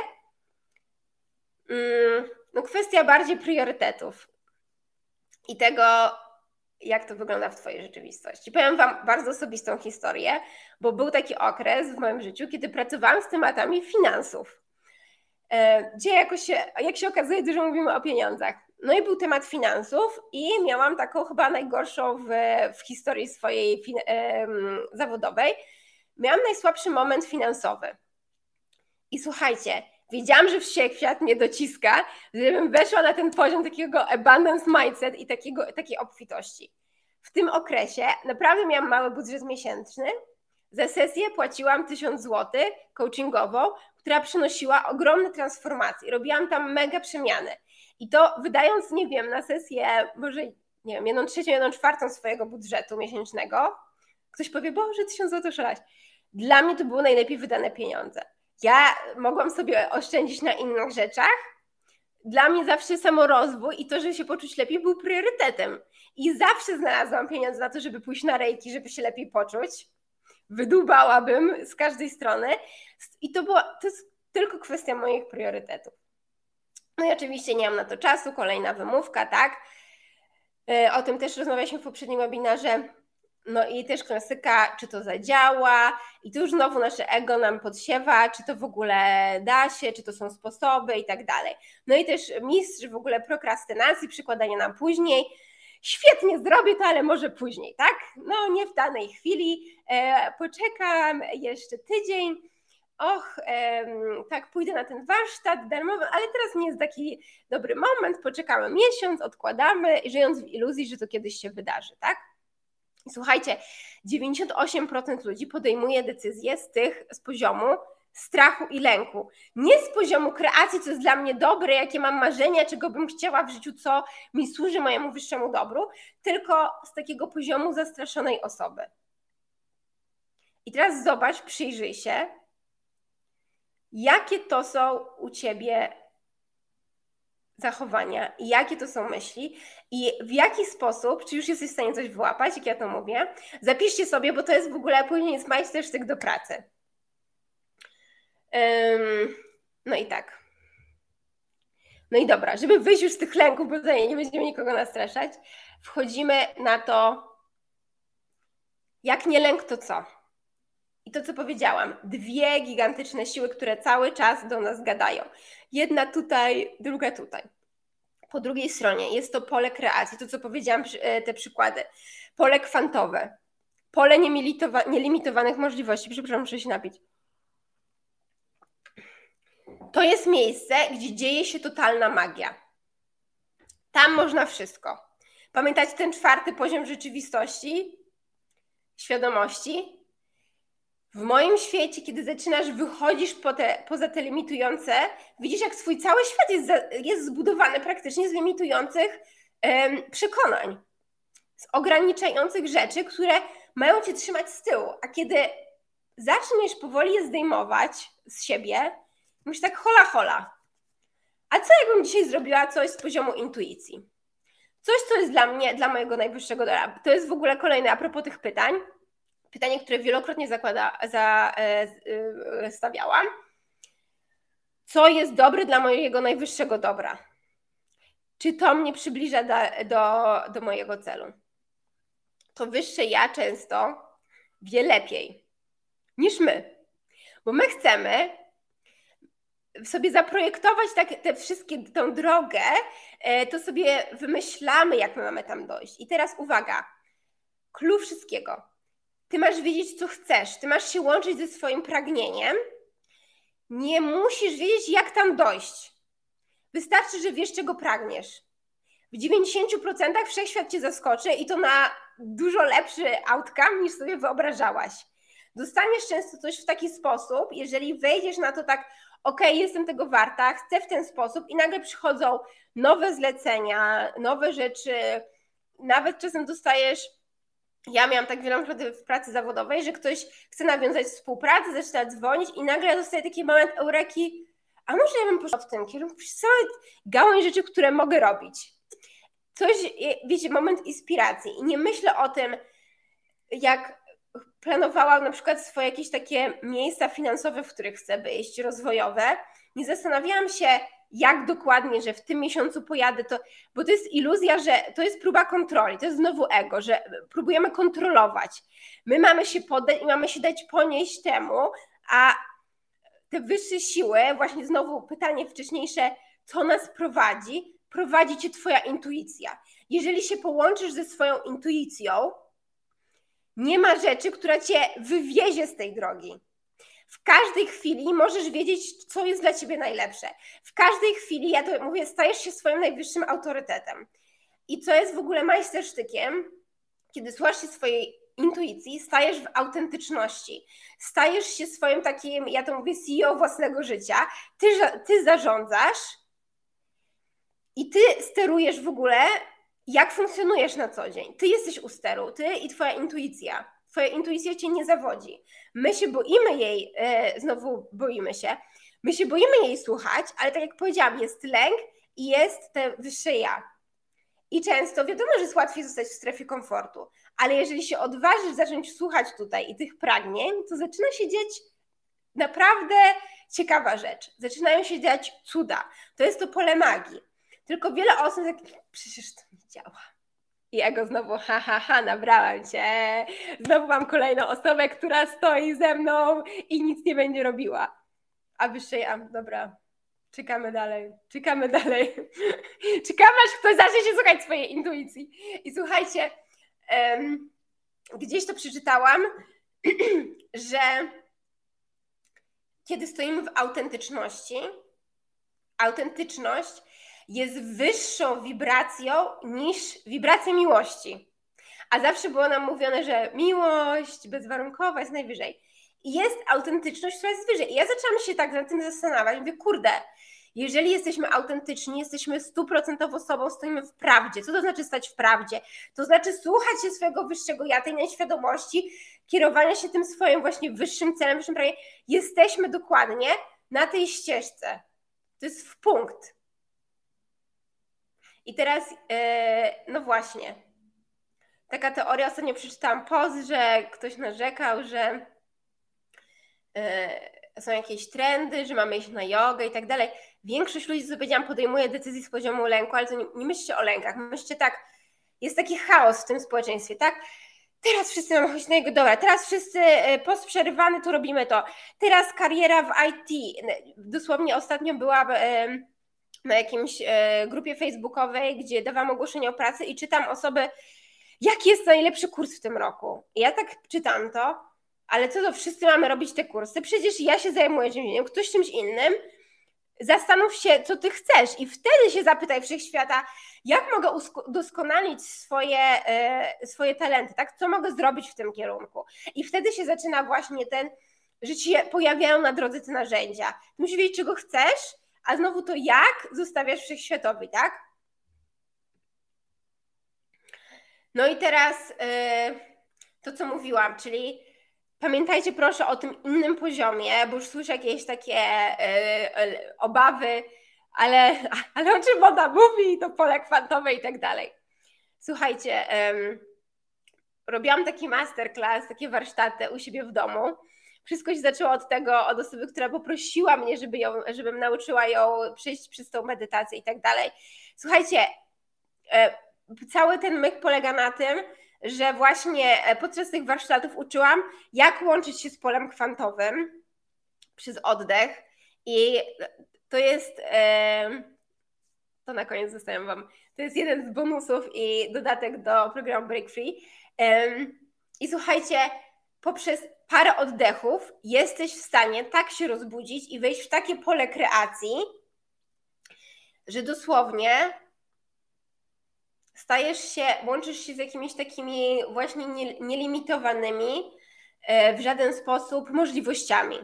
A: no kwestia bardziej priorytetów i tego, jak to wygląda w twojej rzeczywistości. Powiem wam bardzo osobistą historię, bo był taki okres w moim życiu, kiedy pracowałam z tematami finansów, gdzie jakoś się, jak się okazuje, dużo mówimy o pieniądzach. No i był temat finansów i miałam taką chyba najgorszą w, w historii swojej fin- em, zawodowej. Miałam najsłabszy moment finansowy. I słuchajcie, wiedziałam, że wszechświat mnie dociska, żebym weszła na ten poziom takiego abundance mindset i takiego, takiej obfitości. W tym okresie naprawdę miałam mały budżet miesięczny. Za sesję płaciłam tysiąc złotych coachingową, która przynosiła ogromne transformacje. Robiłam tam mega przemiany. I to wydając, nie wiem, na sesję może, nie wiem, jedną trzecią, jedną czwartą swojego budżetu miesięcznego, ktoś powie, Boże, tysiąc złotych szalać. Dla mnie to były najlepiej wydane pieniądze. Ja mogłam sobie oszczędzić na innych rzeczach. Dla mnie zawsze samorozwój i to, żeby się poczuć lepiej, był priorytetem. I zawsze znalazłam pieniądze na to, żeby pójść na rejki, żeby się lepiej poczuć. Wydłubałabym z każdej strony. I to, było, to jest tylko kwestia moich priorytetów. No i oczywiście nie mam na to czasu. Kolejna wymówka, tak? O tym też rozmawialiśmy w poprzednim webinarze. No i też klasyka, czy to zadziała i tu już znowu nasze ego nam podsiewa, czy to w ogóle da się, czy to są sposoby i tak dalej. No i też mistrz w ogóle prokrastynacji, przykładania na później. Świetnie, zrobię to, ale może później, tak? No nie w danej chwili, e, poczekam jeszcze tydzień, och, e, tak pójdę na ten warsztat darmowy, ale teraz nie jest taki dobry moment, poczekamy miesiąc, odkładamy, żyjąc w iluzji, że to kiedyś się wydarzy, tak? Słuchajcie, dziewięćdziesiąt osiem procent ludzi podejmuje decyzje z tych, z poziomu strachu i lęku. Nie z poziomu kreacji, co jest dla mnie dobre, jakie mam marzenia, czego bym chciała w życiu, co mi służy mojemu wyższemu dobru, tylko z takiego poziomu zastraszonej osoby. I teraz zobacz, przyjrzyj się, jakie to są u Ciebie zachowania i jakie to są myśli i w jaki sposób, czy już jesteś w stanie coś wyłapać, jak ja to mówię, zapiszcie sobie, bo to jest w ogóle później jest majstersztyk do pracy. Um, no i tak. No i dobra, żeby wyjść już z tych lęków, bo tutaj nie będziemy nikogo nastraszać, wchodzimy na to, jak nie lęk, to co? I to, co powiedziałam, dwie gigantyczne siły, które cały czas do nas gadają. Jedna tutaj, druga tutaj. Po drugiej stronie jest to pole kreacji, to co powiedziałam, te przykłady. Pole kwantowe, pole nielimitowanych możliwości. Przepraszam, muszę się napić. To jest miejsce, gdzie dzieje się totalna magia. Tam można wszystko. Pamiętacie ten czwarty poziom rzeczywistości, świadomości? W moim świecie, kiedy zaczynasz, wychodzisz po te, poza te limitujące, widzisz, jak twój cały świat jest, za, jest zbudowany praktycznie z limitujących um, przekonań, z ograniczających rzeczy, które mają cię trzymać z tyłu. A kiedy zaczniesz powoli je zdejmować z siebie, myślisz tak hola hola. A co jakbym dzisiaj zrobiła coś z poziomu intuicji? Coś, co jest dla mnie, dla mojego najwyższego dobra. To jest w ogóle kolejne a propos tych pytań. Pytanie, które wielokrotnie zakłada, za, e, stawiałam. Co jest dobre dla mojego najwyższego dobra? Czy to mnie przybliża do, do, do mojego celu? To wyższe ja często wie lepiej niż my. Bo my chcemy sobie zaprojektować tak, te wszystkie, tę drogę, to sobie wymyślamy, jak my mamy tam dojść. I teraz uwaga, clue wszystkiego. Ty masz wiedzieć, co chcesz, ty masz się łączyć ze swoim pragnieniem, nie musisz wiedzieć, jak tam dojść. Wystarczy, że wiesz, czego pragniesz. W dziewięćdziesięciu procentach wszechświat cię zaskoczy i to na dużo lepszy outcome, niż sobie wyobrażałaś. Dostaniesz często coś w taki sposób, jeżeli wejdziesz na to tak, okej, okay, jestem tego warta, chcę w ten sposób i nagle przychodzą nowe zlecenia, nowe rzeczy, nawet czasem dostajesz. Ja miałam tak wielokrotnie w pracy zawodowej, że ktoś chce nawiązać współpracę, zaczyna dzwonić i nagle dostaje taki moment eureki, a może ja bym poszła w tym kierunku, całe gałąź rzeczy, które mogę robić. Coś, wiecie, moment inspiracji i nie myślę o tym, jak planowałam na przykład swoje jakieś takie miejsca finansowe, w których chcę wyjść, rozwojowe, nie zastanawiałam się, jak dokładnie, że w tym miesiącu pojadę, to, bo to jest iluzja, że to jest próba kontroli, to jest znowu ego, że próbujemy kontrolować. My mamy się poddać i mamy się dać ponieść temu, a te wyższe siły, właśnie znowu pytanie wcześniejsze, co nas prowadzi, prowadzi cię twoja intuicja. Jeżeli się połączysz ze swoją intuicją, nie ma rzeczy, która cię wywiezie z tej drogi. W każdej chwili możesz wiedzieć, co jest dla ciebie najlepsze. W każdej chwili, ja to mówię, stajesz się swoim najwyższym autorytetem. I co jest w ogóle majstersztykiem, kiedy słuchasz się swojej intuicji, stajesz w autentyczności. Stajesz się swoim takim, ja to mówię, C E O własnego życia. Ty, ty zarządzasz i ty sterujesz w ogóle, jak funkcjonujesz na co dzień. Ty jesteś u steru, ty i twoja intuicja. Twoja intuicja cię nie zawodzi. My się boimy jej, e, znowu boimy się, my się boimy jej słuchać, ale tak jak powiedziałam, jest lęk i jest te wyższe ja. I często wiadomo, że jest łatwiej zostać w strefie komfortu, ale jeżeli się odważysz zacząć słuchać tutaj i tych pragnień, to zaczyna się dziać naprawdę ciekawa rzecz. Zaczynają się dziać cuda. To jest to pole magii. Tylko wiele osób tak, przecież to nie działa. I ja go znowu, ha, ha, ha, nabrałam cię. Znowu mam kolejną osobę, która stoi ze mną i nic nie będzie robiła. A wyższe ja, dobra, czekamy dalej, czekamy dalej. Czekamy, aż ktoś zacznie się słuchać swojej intuicji. I słuchajcie, um, gdzieś to przeczytałam, że kiedy stoimy w autentyczności, autentyczność jest wyższą wibracją niż wibracja miłości. A zawsze było nam mówione, że miłość bezwarunkowa jest najwyżej. I jest autentyczność, która jest wyżej. I ja zaczęłam się tak nad tym zastanawiać. Mówię, kurde, jeżeli jesteśmy autentyczni, jesteśmy stuprocentowo sobą, stoimy w prawdzie. Co to znaczy stać w prawdzie? To znaczy słuchać się swojego wyższego ja, tej nieświadomości, kierowania się tym swoim właśnie wyższym celem, wyższym prawie. Jesteśmy dokładnie na tej ścieżce. To jest w punkt. I teraz, yy, no właśnie, taka teoria, ostatnio przeczytałam post, że ktoś narzekał, że yy, są jakieś trendy, że mamy iść na jogę i tak dalej. Większość ludzi, co powiedziałam, podejmuje decyzji z poziomu lęku, ale to nie, nie myślcie o lękach, myślcie tak, jest taki chaos w tym społeczeństwie, tak? Teraz wszyscy mamy chodzić na jego dobra, teraz wszyscy post przerywany, to robimy to. Teraz kariera w I T. Dosłownie ostatnio była na jakimś grupie facebookowej, gdzie dawałam ogłoszenie o pracy i czytam osoby, jaki jest najlepszy kurs w tym roku. I ja tak czytam to, ale co to wszyscy mamy robić te kursy? Przecież ja się zajmuję czymś innym, ktoś czymś innym. Zastanów się, co ty chcesz i wtedy się zapytaj wszechświata, jak mogę udoskonalić swoje, e, swoje talenty, tak? Co mogę zrobić w tym kierunku? I wtedy się zaczyna właśnie ten, że ci się pojawiają na drodze te narzędzia. Ty musisz wiedzieć, czego chcesz, a znowu to jak zostawiasz wszechświatowi, tak? No i teraz e, to, co mówiłam, czyli pamiętajcie proszę o tym innym poziomie, bo już słyszę jakieś takie yy, obawy, ale, ale o czym moda mówi, to pole kwantowe i tak dalej. Słuchajcie, yy, robiłam taki masterclass, takie warsztaty u siebie w domu. Wszystko się zaczęło od tego, od osoby, która poprosiła mnie, żeby ją, żebym nauczyła ją przejść przez tą medytację i tak dalej. Słuchajcie, yy, cały ten myk polega na tym, że właśnie podczas tych warsztatów uczyłam, jak łączyć się z polem kwantowym przez oddech i to jest, to na koniec zostawiam Wam, to jest jeden z bonusów i dodatek do programu Break Free. I słuchajcie, poprzez parę oddechów jesteś w stanie tak się rozbudzić i wejść w takie pole kreacji, że dosłownie stajesz się, łączysz się z jakimiś takimi właśnie nielimitowanymi w żaden sposób możliwościami.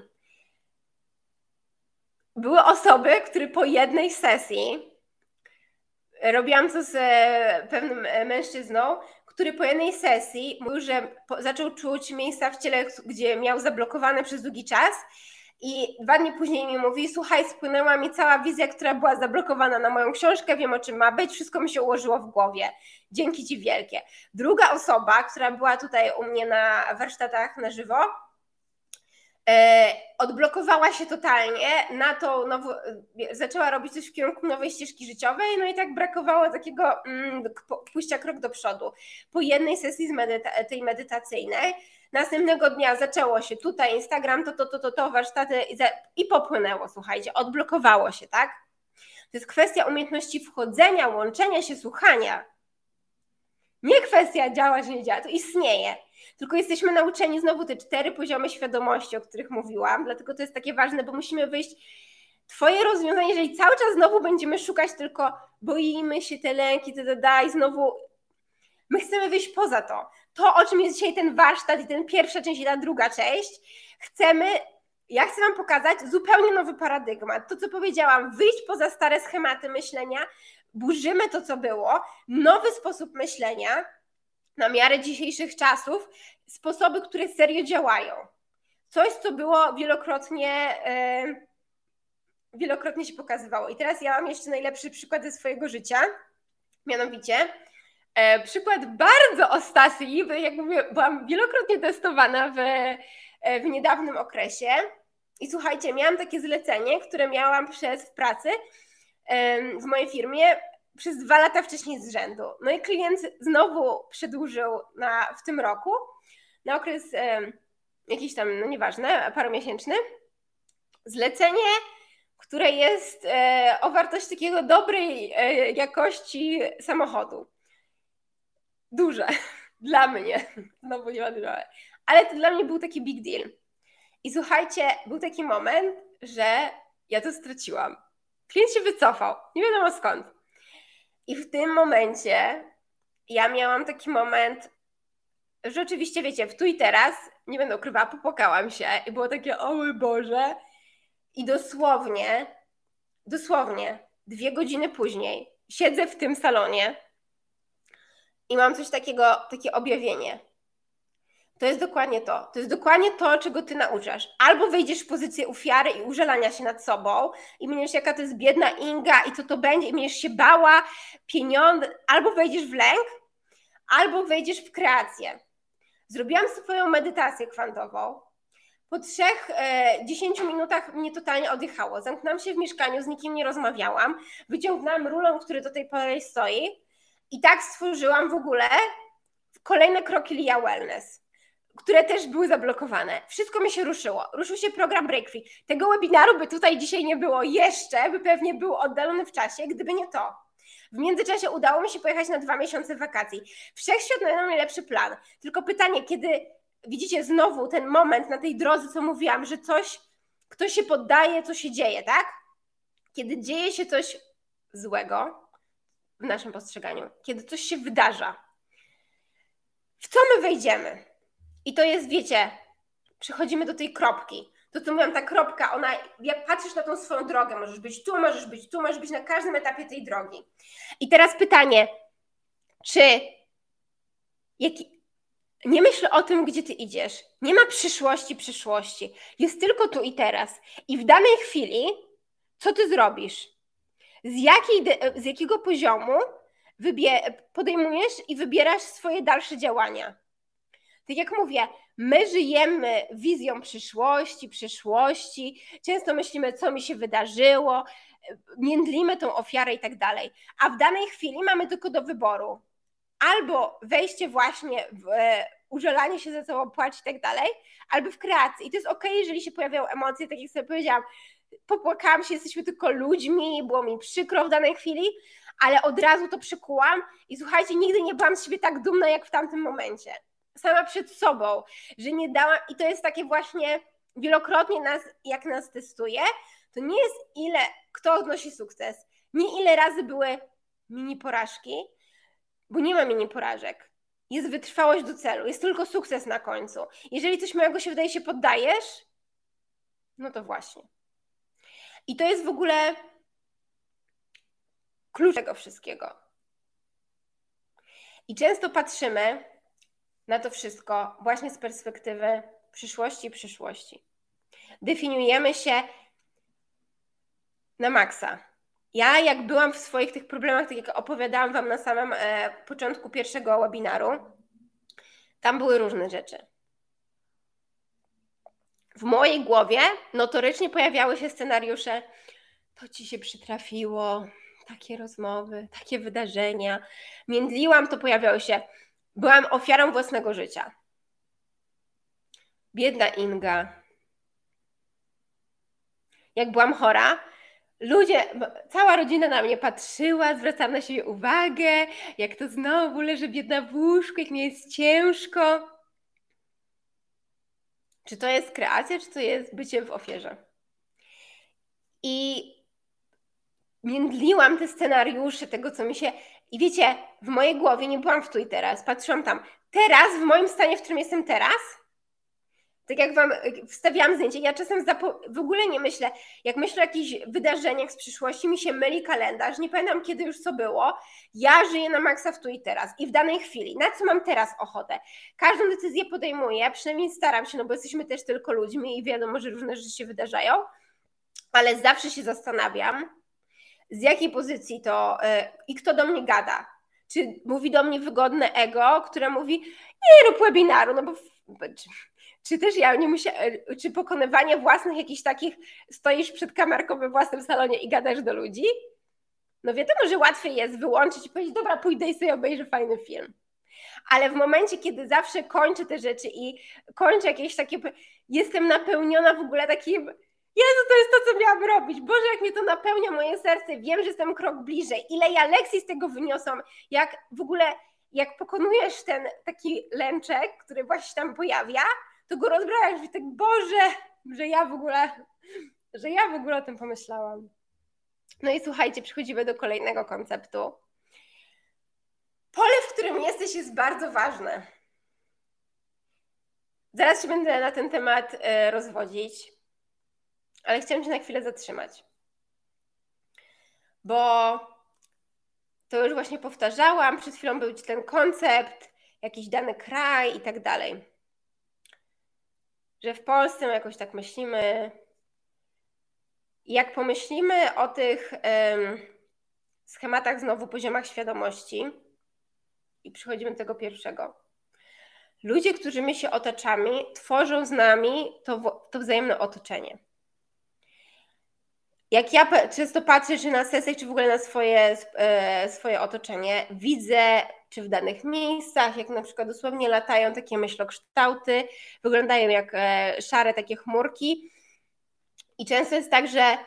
A: Były osoby, które po jednej sesji, robiłam to z pewnym mężczyzną, który po jednej sesji mówił, że zaczął czuć miejsca w ciele, gdzie miał zablokowane przez długi czas i dwa dni później mi mówi, słuchaj, spłynęła mi cała wizja, która była zablokowana na moją książkę, wiem o czym ma być, wszystko mi się ułożyło w głowie. Dzięki Ci wielkie. Druga osoba, która była tutaj u mnie na warsztatach na żywo, e, odblokowała się totalnie na to, nowo, zaczęła robić coś w kierunku nowej ścieżki życiowej, no i tak brakowało takiego mm, pójścia krok do przodu. Po jednej sesji z medyta- tej medytacyjnej, następnego dnia zaczęło się tutaj Instagram, to, to, to, to, to warsztaty i, za, i popłynęło, słuchajcie, odblokowało się, tak? To jest kwestia umiejętności wchodzenia, łączenia się, słuchania. Nie kwestia działa, czy nie działa, to istnieje. Tylko jesteśmy nauczeni znowu te cztery poziomy świadomości, o których mówiłam, dlatego to jest takie ważne, bo musimy wyjść. Twoje rozwiązanie, jeżeli cały czas znowu będziemy szukać, tylko boimy się, te lęki, te da i znowu my chcemy wyjść poza to. To, o czym jest dzisiaj ten warsztat i ten pierwsza część i ta druga część, chcemy, ja chcę Wam pokazać zupełnie nowy paradygmat. To, co powiedziałam, wyjść poza stare schematy myślenia, burzymy to, co było, nowy sposób myślenia na miarę dzisiejszych czasów, sposoby, które serio działają. Coś, co było wielokrotnie, yy, wielokrotnie się pokazywało. I teraz ja mam jeszcze najlepszy przykład ze swojego życia, mianowicie E, przykład bardzo ostatni, jak mówię, byłam wielokrotnie testowana w, w niedawnym okresie i słuchajcie, miałam takie zlecenie, które miałam przez w pracy e, w mojej firmie przez dwa lata wcześniej z rzędu. No i klient znowu przedłużył na, w tym roku na okres e, jakiś tam, no nieważne, paromiesięczny, zlecenie, które jest e, o wartości takiego dobrej e, jakości samochodu. Duże. Dla mnie. Znowu nie ma dużo. Ale to dla mnie był taki big deal. I słuchajcie, był taki moment, że ja to straciłam. Klient się wycofał. Nie wiadomo skąd. I w tym momencie ja miałam taki moment, że oczywiście, wiecie, w tu i teraz, nie będę ukrywała, popłakałam się i było takie, o mój Boże. I dosłownie, dosłownie dwie godziny później siedzę w tym salonie i mam coś takiego, takie objawienie. To jest dokładnie to. To jest dokładnie to, czego ty nauczasz. Albo wejdziesz w pozycję ofiary i użalania się nad sobą i będziesz, jaka to jest biedna Inga i co to będzie, i będziesz się bała, pieniądze, albo wejdziesz w lęk, albo wejdziesz w kreację. Zrobiłam swoją medytację kwantową. Po trzech, e, dziesięciu minutach mnie totalnie odjechało. Zamknęłam się w mieszkaniu, z nikim nie rozmawiałam, wyciągnęłam rulon, który do tej pory stoi i tak stworzyłam w ogóle kolejne kroki Lia Wellness, które też były zablokowane. Wszystko mi się ruszyło. Ruszył się program Break Free. Tego webinaru by tutaj dzisiaj nie było jeszcze, by pewnie był oddalony w czasie, gdyby nie to. W międzyczasie udało mi się pojechać na dwa miesiące wakacji. Wszechświat miał najlepszy plan. Tylko pytanie, kiedy widzicie znowu ten moment na tej drodze, co mówiłam, że coś, ktoś się poddaje, co się dzieje, tak? Kiedy dzieje się coś złego w naszym postrzeganiu, kiedy coś się wydarza, w co my wejdziemy? I to jest, wiecie, przechodzimy do tej kropki. To, co mówiłam, ta kropka, ona, jak patrzysz na tą swoją drogę, możesz być tu, możesz być tu, możesz być na każdym etapie tej drogi. I teraz pytanie, czy jaki, nie myśl o tym, gdzie ty idziesz. Nie ma przyszłości, przyszłości. Jest tylko tu i teraz. I w danej chwili, co ty zrobisz? Z, jakiej, z jakiego poziomu wybie, podejmujesz i wybierasz swoje dalsze działania? Tak jak mówię, my żyjemy wizją przyszłości, przyszłości, często myślimy, co mi się wydarzyło, międlimy tą ofiarę i tak dalej, a w danej chwili mamy tylko do wyboru albo wejście właśnie w e, użalanie się za sobą, płacz i tak dalej, albo w kreacji. I to jest okej, jeżeli się pojawiają emocje, tak jak sobie powiedziałam, popłakałam się, jesteśmy tylko ludźmi, było mi przykro w danej chwili, ale od razu to przykułam i słuchajcie, nigdy nie byłam z siebie tak dumna, jak w tamtym momencie. Sama przed sobą, że nie dałam, i to jest takie właśnie wielokrotnie nas, jak nas testuje, to nie jest ile, kto odnosi sukces, nie ile razy były mini porażki, bo nie ma mini porażek. Jest wytrwałość do celu, jest tylko sukces na końcu. Jeżeli coś małego się wydaje, się poddajesz, no to właśnie. I to jest w ogóle klucz tego wszystkiego. I często patrzymy na to wszystko właśnie z perspektywy przyszłości i przyszłości. Definiujemy się na maksa. Ja jak byłam w swoich tych problemach, tak jak opowiadałam wam na samym e, początku pierwszego webinaru, tam były różne rzeczy. W mojej głowie notorycznie pojawiały się scenariusze, to ci się przytrafiło, takie rozmowy, takie wydarzenia. Międliłam, to pojawiały się, byłam ofiarą własnego życia. Biedna Inga. Jak byłam chora, ludzie, cała rodzina na mnie patrzyła, zwracałam na siebie uwagę, jak to znowu leży biedna w łóżku, jak mi jest ciężko. Czy to jest kreacja, czy to jest bycie w ofierze? I międliłam te scenariusze tego, co mi się... I wiecie, w mojej głowie nie byłam w tu i teraz, patrzyłam tam. Teraz, w moim stanie, w którym jestem teraz, tak jak wam wstawiałam zdjęcie, ja czasem zapo- w ogóle nie myślę, jak myślę o jakichś wydarzeniach z przyszłości, mi się myli kalendarz, nie pamiętam kiedy już co było, ja żyję na maksa w tu i teraz i w danej chwili, na co mam teraz ochotę. Każdą decyzję podejmuję, przynajmniej staram się, no bo jesteśmy też tylko ludźmi i wiadomo, że różne rzeczy się wydarzają, ale zawsze się zastanawiam, z jakiej pozycji to yy, i kto do mnie gada. Czy mówi do mnie wygodne ego, które mówi, nie rób webinaru, no bo... Czy, czy też ja nie muszę, czy pokonywanie własnych jakichś takich, stoisz przed kamerką we własnym salonie i gadasz do ludzi? No wiadomo, że łatwiej jest wyłączyć i powiedzieć, dobra, pójdę i sobie obejrzę fajny film. Ale w momencie, kiedy zawsze kończę te rzeczy i kończę jakieś takie, jestem napełniona w ogóle takim, Jezu, to jest to, co miałam robić. Boże, jak mnie to napełnia moje serce. Wiem, że jestem krok bliżej. Ile ja lekcji z tego wyniosłam. Jak w ogóle, jak pokonujesz ten taki lęczek, który właśnie się tam pojawia, to go rozbrajasz i tak, Boże, że ja w ogóle, że ja w ogóle o tym pomyślałam. No i słuchajcie, przechodzimy do kolejnego konceptu. Pole, w którym jesteś, jest bardzo ważne. Zaraz się będę na ten temat y, rozwodzić, ale chciałam się na chwilę zatrzymać, bo to już właśnie powtarzałam, przed chwilą był ten koncept, jakiś dany kraj i tak dalej, że w Polsce my jakoś tak myślimy. Jak pomyślimy o tych ym, schematach, znowu poziomach świadomości i przychodzimy do tego pierwszego. Ludzie, którzy my się otaczamy, tworzą z nami to, to wzajemne otoczenie. Jak ja często patrzę, czy na sesjach, czy w ogóle na swoje, e, swoje otoczenie, widzę, czy w danych miejscach, jak na przykład dosłownie latają takie myślokształty, wyglądają jak e, szare takie chmurki. I często jest tak, że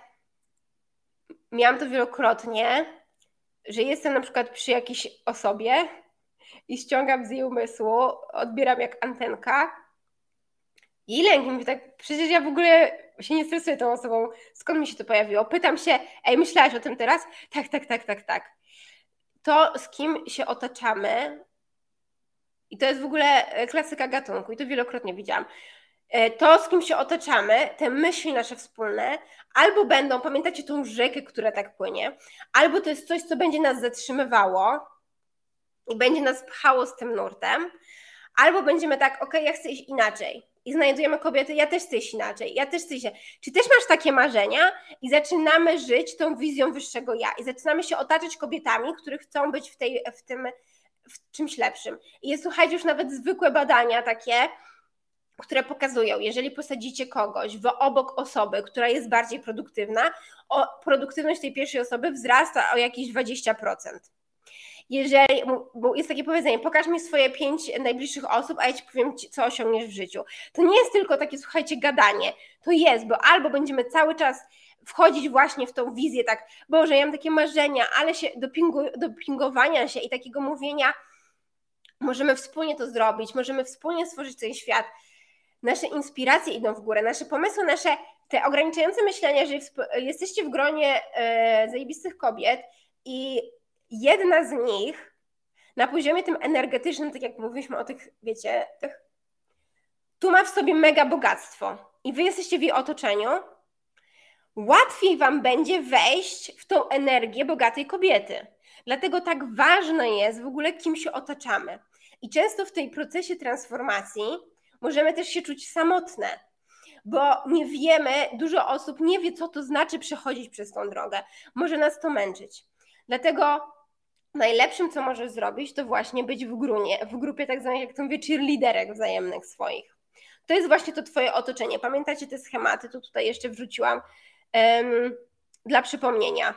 A: miałam to wielokrotnie, że jestem na przykład przy jakiejś osobie i ściągam z jej umysłu, odbieram jak antenka i lęk mi tak, przecież ja w ogóle się nie stresuję tą osobą, skąd mi się to pojawiło? Pytam się, ej, myślałaś o tym teraz? Tak, tak, tak, tak, tak. To, z kim się otaczamy, i to jest w ogóle klasyka gatunku i to wielokrotnie widziałam, to, z kim się otaczamy, te myśli nasze wspólne, albo będą, pamiętacie tą rzekę, która tak płynie, albo to jest coś, co będzie nas zatrzymywało i będzie nas pchało z tym nurtem, albo będziemy tak, ok, ja chcę iść inaczej i znajdujemy kobiety, ja też chcę iść inaczej, ja też chcę iść. Czy też masz takie marzenia i zaczynamy żyć tą wizją wyższego ja i zaczynamy się otaczać kobietami, które chcą być w, tej, w tym w czymś lepszym. I jest, słuchajcie, już nawet zwykłe badania takie, które pokazują, jeżeli posadzicie kogoś w obok osoby, która jest bardziej produktywna, o, produktywność tej pierwszej osoby wzrasta o jakieś dwadzieścia procent. Jeżeli, bo jest takie powiedzenie, pokaż mi swoje pięć najbliższych osób, a ja ci powiem, co osiągniesz w życiu. To nie jest tylko takie, słuchajcie, gadanie. To jest, bo albo będziemy cały czas wchodzić właśnie w tą wizję, tak, Boże, ja mam takie marzenia, ale się dopingu, dopingowania się i takiego mówienia, możemy wspólnie to zrobić, możemy wspólnie stworzyć ten świat. Nasze inspiracje idą w górę, nasze pomysły, nasze te ograniczające myślenia, że jesteście w gronie e, zajebistych kobiet i jedna z nich na poziomie tym energetycznym, tak jak mówiliśmy o tych, wiecie, tych, tu ma w sobie mega bogactwo i wy jesteście w jej otoczeniu, łatwiej wam będzie wejść w tą energię bogatej kobiety. Dlatego tak ważne jest w ogóle, kim się otaczamy. I często w tej procesie transformacji możemy też się czuć samotne, bo nie wiemy, dużo osób nie wie, co to znaczy przechodzić przez tą drogę. Może nas to męczyć. Dlatego najlepszym, co możesz zrobić, to właśnie być w, grunie, w grupie tak zwanych, jak to mówię, cheerleaderek wzajemnych swoich. To jest właśnie to twoje otoczenie. Pamiętacie te schematy? To tutaj jeszcze wrzuciłam um, dla przypomnienia.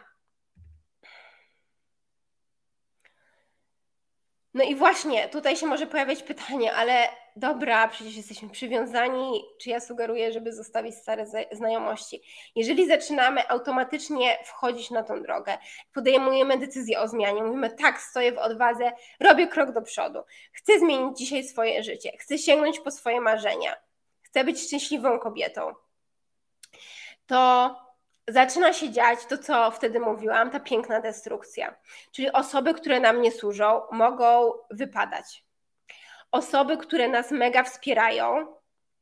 A: No i właśnie tutaj się może pojawiać pytanie, ale dobra, przecież jesteśmy przywiązani, czy ja sugeruję, żeby zostawić stare znajomości. Jeżeli zaczynamy automatycznie wchodzić na tą drogę, podejmujemy decyzję o zmianie, mówimy tak, stoję w odwadze, robię krok do przodu, chcę zmienić dzisiaj swoje życie, chcę sięgnąć po swoje marzenia, chcę być szczęśliwą kobietą, to zaczyna się dziać to, co wtedy mówiłam, ta piękna destrukcja. Czyli osoby, które nam nie służą, mogą wypadać. Osoby, które nas mega wspierają,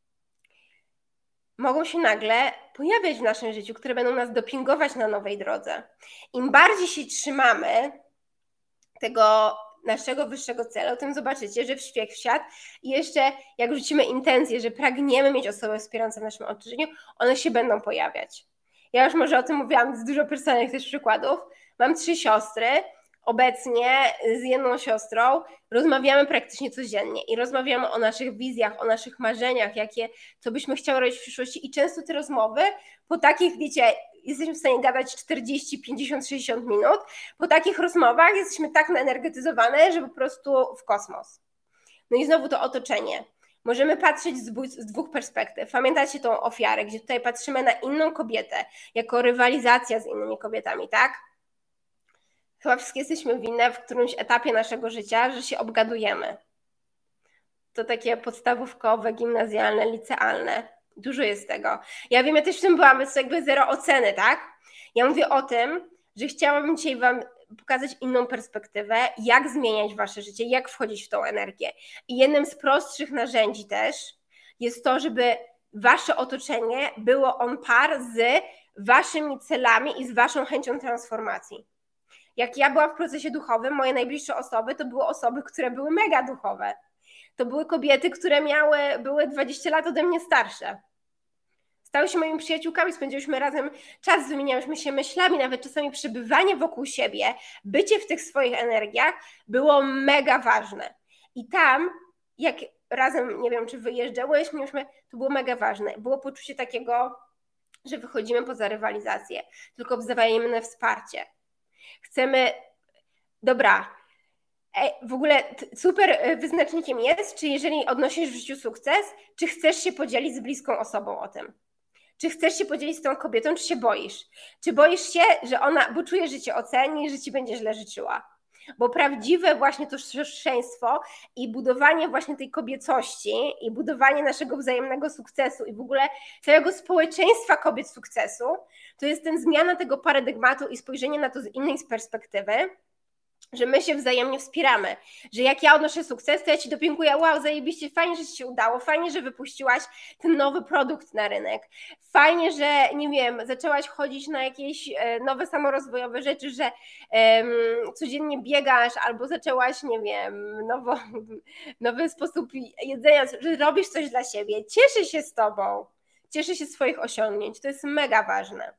A: mogą się nagle pojawiać w naszym życiu, które będą nas dopingować na nowej drodze. Im bardziej się trzymamy tego naszego wyższego celu, tym zobaczycie, że w świat i jeszcze jak rzucimy intencję, że pragniemy mieć osoby wspierające w naszym otoczeniu, one się będą pojawiać. Ja już może o tym mówiłam, z dużo personalnych też przykładów. Mam trzy siostry, obecnie z jedną siostrą rozmawiamy praktycznie codziennie i rozmawiamy o naszych wizjach, o naszych marzeniach, jakie, co byśmy chciały robić w przyszłości i często te rozmowy po takich, wiecie, jesteśmy w stanie gadać czterdzieści, pięćdziesiąt, sześćdziesiąt minut, po takich rozmowach jesteśmy tak naenergetyzowane, że po prostu w kosmos. No i znowu to otoczenie. Możemy patrzeć z, z dwóch perspektyw. Pamiętacie tą ofiarę, gdzie tutaj patrzymy na inną kobietę, jako rywalizacja z innymi kobietami, tak? Chyba wszystkie jesteśmy winne w którymś etapie naszego życia, że się obgadujemy. To takie podstawówkowe, gimnazjalne, licealne. Dużo jest tego. Ja wiem, ja też w tym byłam, jest to jakby zero oceny, tak? Ja mówię o tym, że chciałabym dzisiaj wam pokazać inną perspektywę, jak zmieniać wasze życie, jak wchodzić w tą energię. I jednym z prostszych narzędzi też jest to, żeby wasze otoczenie było on par z waszymi celami i z waszą chęcią transformacji. Jak ja byłam w procesie duchowym, moje najbliższe osoby to były osoby, które były mega duchowe. To były kobiety, które miały, były dwadzieścia lat ode mnie starsze. Stały się moimi przyjaciółkami, spędziłyśmy razem czas, wymieniałyśmy się myślami, nawet czasami przebywanie wokół siebie, bycie w tych swoich energiach było mega ważne. I tam, jak razem, nie wiem, czy wyjeżdżałyśmy, to było mega ważne. Było poczucie takiego, że wychodzimy poza rywalizację, tylko wzajemne wsparcie. Chcemy, dobra, w ogóle super wyznacznikiem jest, czy jeżeli odnosisz w życiu sukces, czy chcesz się podzielić z bliską osobą o tym. Czy chcesz się podzielić z tą kobietą, czy się boisz? Czy boisz się, że ona, bo czujesz, że cię oceni, że ci będzie źle życzyła? Bo prawdziwe właśnie towarzystwo i budowanie właśnie tej kobiecości i budowanie naszego wzajemnego sukcesu i w ogóle całego społeczeństwa kobiet sukcesu, to jest ten zmiana tego paradygmatu i spojrzenie na to z innej perspektywy, że my się wzajemnie wspieramy, że jak ja odnoszę sukces, to ja ci dopinguję, wow, zajebiście, fajnie, że ci się udało, fajnie, że wypuściłaś ten nowy produkt na rynek, fajnie, że, nie wiem, zaczęłaś chodzić na jakieś nowe samorozwojowe rzeczy, że um, codziennie biegasz albo zaczęłaś, nie wiem, nowo, nowy sposób jedzenia, że robisz coś dla siebie, cieszę się z tobą, cieszę się z swoich osiągnięć, to jest mega ważne.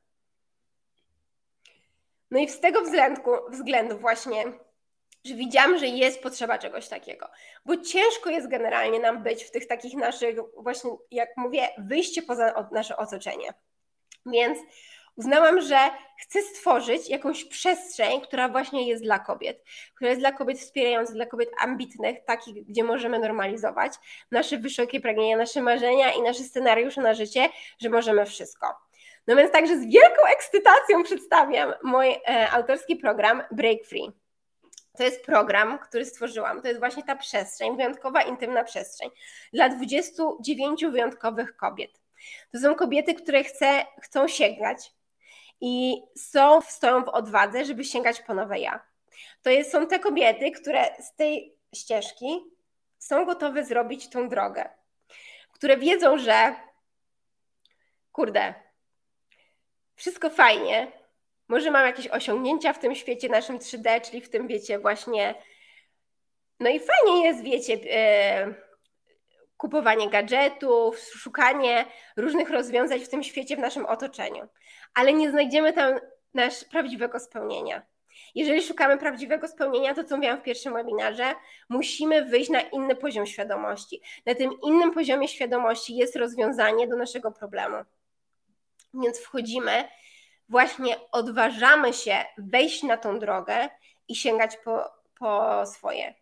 A: No i z tego względu, względu właśnie, że widziałam, że jest potrzeba czegoś takiego, bo ciężko jest generalnie nam być w tych takich naszych, właśnie jak mówię, wyjście poza nasze otoczenie. Więc uznałam, że chcę stworzyć jakąś przestrzeń, która właśnie jest dla kobiet, która jest dla kobiet wspierająca, dla kobiet ambitnych, takich, gdzie możemy normalizować nasze wysokie pragnienia, nasze marzenia i nasze scenariusze na życie, że możemy wszystko. No więc także z wielką ekscytacją przedstawiam mój e, autorski program Break Free. To jest program, który stworzyłam. To jest właśnie ta przestrzeń, wyjątkowa, intymna przestrzeń dla dwudziestu dziewięciu wyjątkowych kobiet. To są kobiety, które chce, chcą sięgać i są, stoją w odwadze, żeby sięgać po nowe ja. To jest, są te kobiety, które z tej ścieżki są gotowe zrobić tą drogę, które wiedzą, że kurde, wszystko fajnie, może mam jakieś osiągnięcia w tym świecie naszym trzy D, czyli w tym, wiecie, właśnie, no i fajnie jest, wiecie, yy, kupowanie gadżetów, szukanie różnych rozwiązań w tym świecie, w naszym otoczeniu, ale nie znajdziemy tam nasz prawdziwego spełnienia. Jeżeli szukamy prawdziwego spełnienia, to co mówiłam w pierwszym webinarze, musimy wyjść na inny poziom świadomości. Na tym innym poziomie świadomości jest rozwiązanie do naszego problemu. Więc wchodzimy, właśnie odważamy się wejść na tą drogę i sięgać po, po swoje.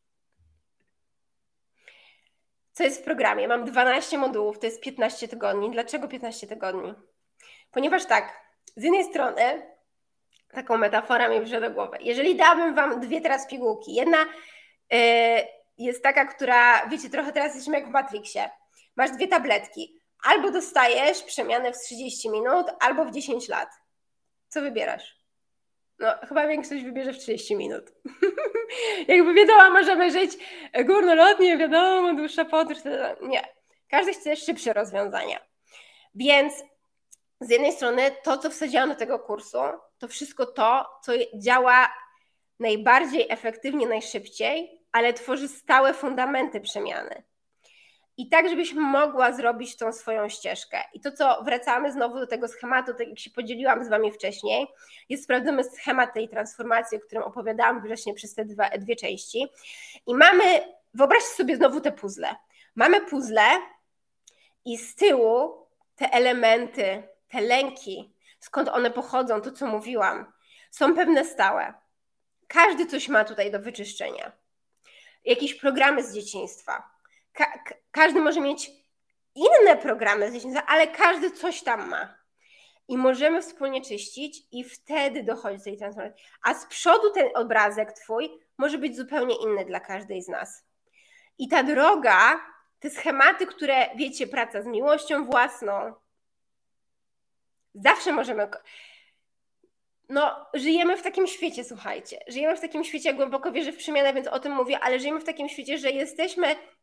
A: Co jest w programie? Mam dwanaście modułów, to jest piętnaście tygodni. Dlaczego piętnaście tygodni? Ponieważ tak, z jednej strony, taką metaforą mi przyszła do głowy, jeżeli dałabym wam dwie teraz pigułki, jedna yy, jest taka, która, wiecie, trochę teraz jesteśmy jak w Matrixie, masz dwie tabletki, albo dostajesz przemianę w trzydzieści minut, albo w dziesięć lat. Co wybierasz? No, chyba większość wybierze w trzydzieści minut. Jakby wiadomo, możemy żyć górnolotnie, wiadomo, dłuższa podróż. Nie. Każdy chce szybsze rozwiązania. Więc z jednej strony to, co wsadziłam do tego kursu, to wszystko to, co działa najbardziej efektywnie, najszybciej, ale tworzy stałe fundamenty przemiany. I tak, żebyś mogła zrobić tą swoją ścieżkę. I to, co wracamy znowu do tego schematu, tak jak się podzieliłam z wami wcześniej, jest sprawdzony schemat tej transformacji, o którym opowiadałam właśnie przez te dwa, dwie części. I mamy, wyobraźcie sobie znowu te puzzle. Mamy puzzle i z tyłu te elementy, te lęki, skąd one pochodzą, to co mówiłam, są pewne stałe. Każdy coś ma tutaj do wyczyszczenia. Jakieś programy z dzieciństwa. Ka- każdy może mieć inne programy z dzieciństwa, ale każdy coś tam ma. I możemy wspólnie czyścić i wtedy dochodzi do tej transformacji. A z przodu ten obrazek twój może być zupełnie inny dla każdej z nas. I ta droga, te schematy, które, wiecie, praca z miłością własną, zawsze możemy... No, żyjemy w takim świecie, słuchajcie. Żyjemy w takim świecie, ja głęboko wierzę w przemianę, więc o tym mówię, ale żyjemy w takim świecie, że jesteśmy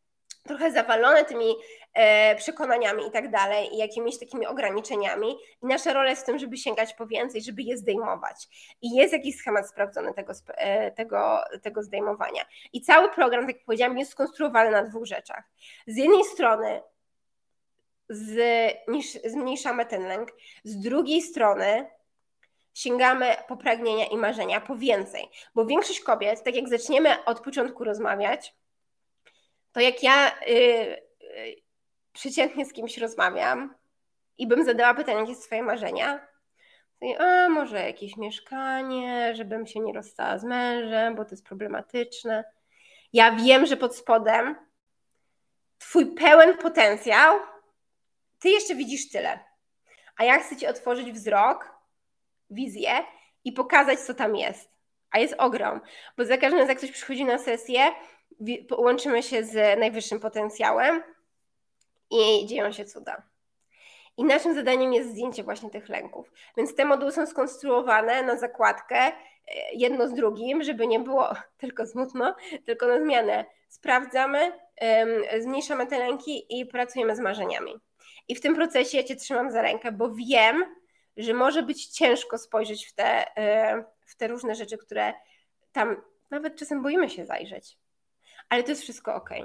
A: trochę zawalone tymi e, przekonaniami i tak dalej i jakimiś takimi ograniczeniami i nasza rola jest w tym, żeby sięgać po więcej, żeby je zdejmować. I jest jakiś schemat sprawdzony tego, e, tego, tego zdejmowania. I cały program, tak jak powiedziałam, jest skonstruowany na dwóch rzeczach. Z jednej strony z, niż, zmniejszamy ten lęk, z drugiej strony sięgamy po pragnienia i marzenia, po więcej. Bo większość kobiet, tak jak zaczniemy od początku rozmawiać, to jak ja yy, yy, przeciętnie z kimś rozmawiam i bym zadała pytanie, jakie są twoje marzenia, to a może jakieś mieszkanie, żebym się nie rozstała z mężem, bo to jest problematyczne. Ja wiem, że pod spodem twój pełen potencjał, ty jeszcze widzisz tyle. A ja chcę ci otworzyć wzrok, wizję i pokazać, co tam jest. A jest ogrom. Bo za każdym razem, jak ktoś przychodzi na sesję, łączymy się z najwyższym potencjałem i dzieją się cuda. I naszym zadaniem jest zdjęcie właśnie tych lęków. Więc te moduły są skonstruowane na zakładkę, jedno z drugim, żeby nie było tylko smutno, tylko na zmianę. Sprawdzamy, zmniejszamy te lęki i pracujemy z marzeniami. I w tym procesie ja cię trzymam za rękę, bo wiem, że może być ciężko spojrzeć w te, w te różne rzeczy, które tam nawet czasem boimy się zajrzeć. Ale to jest wszystko ok.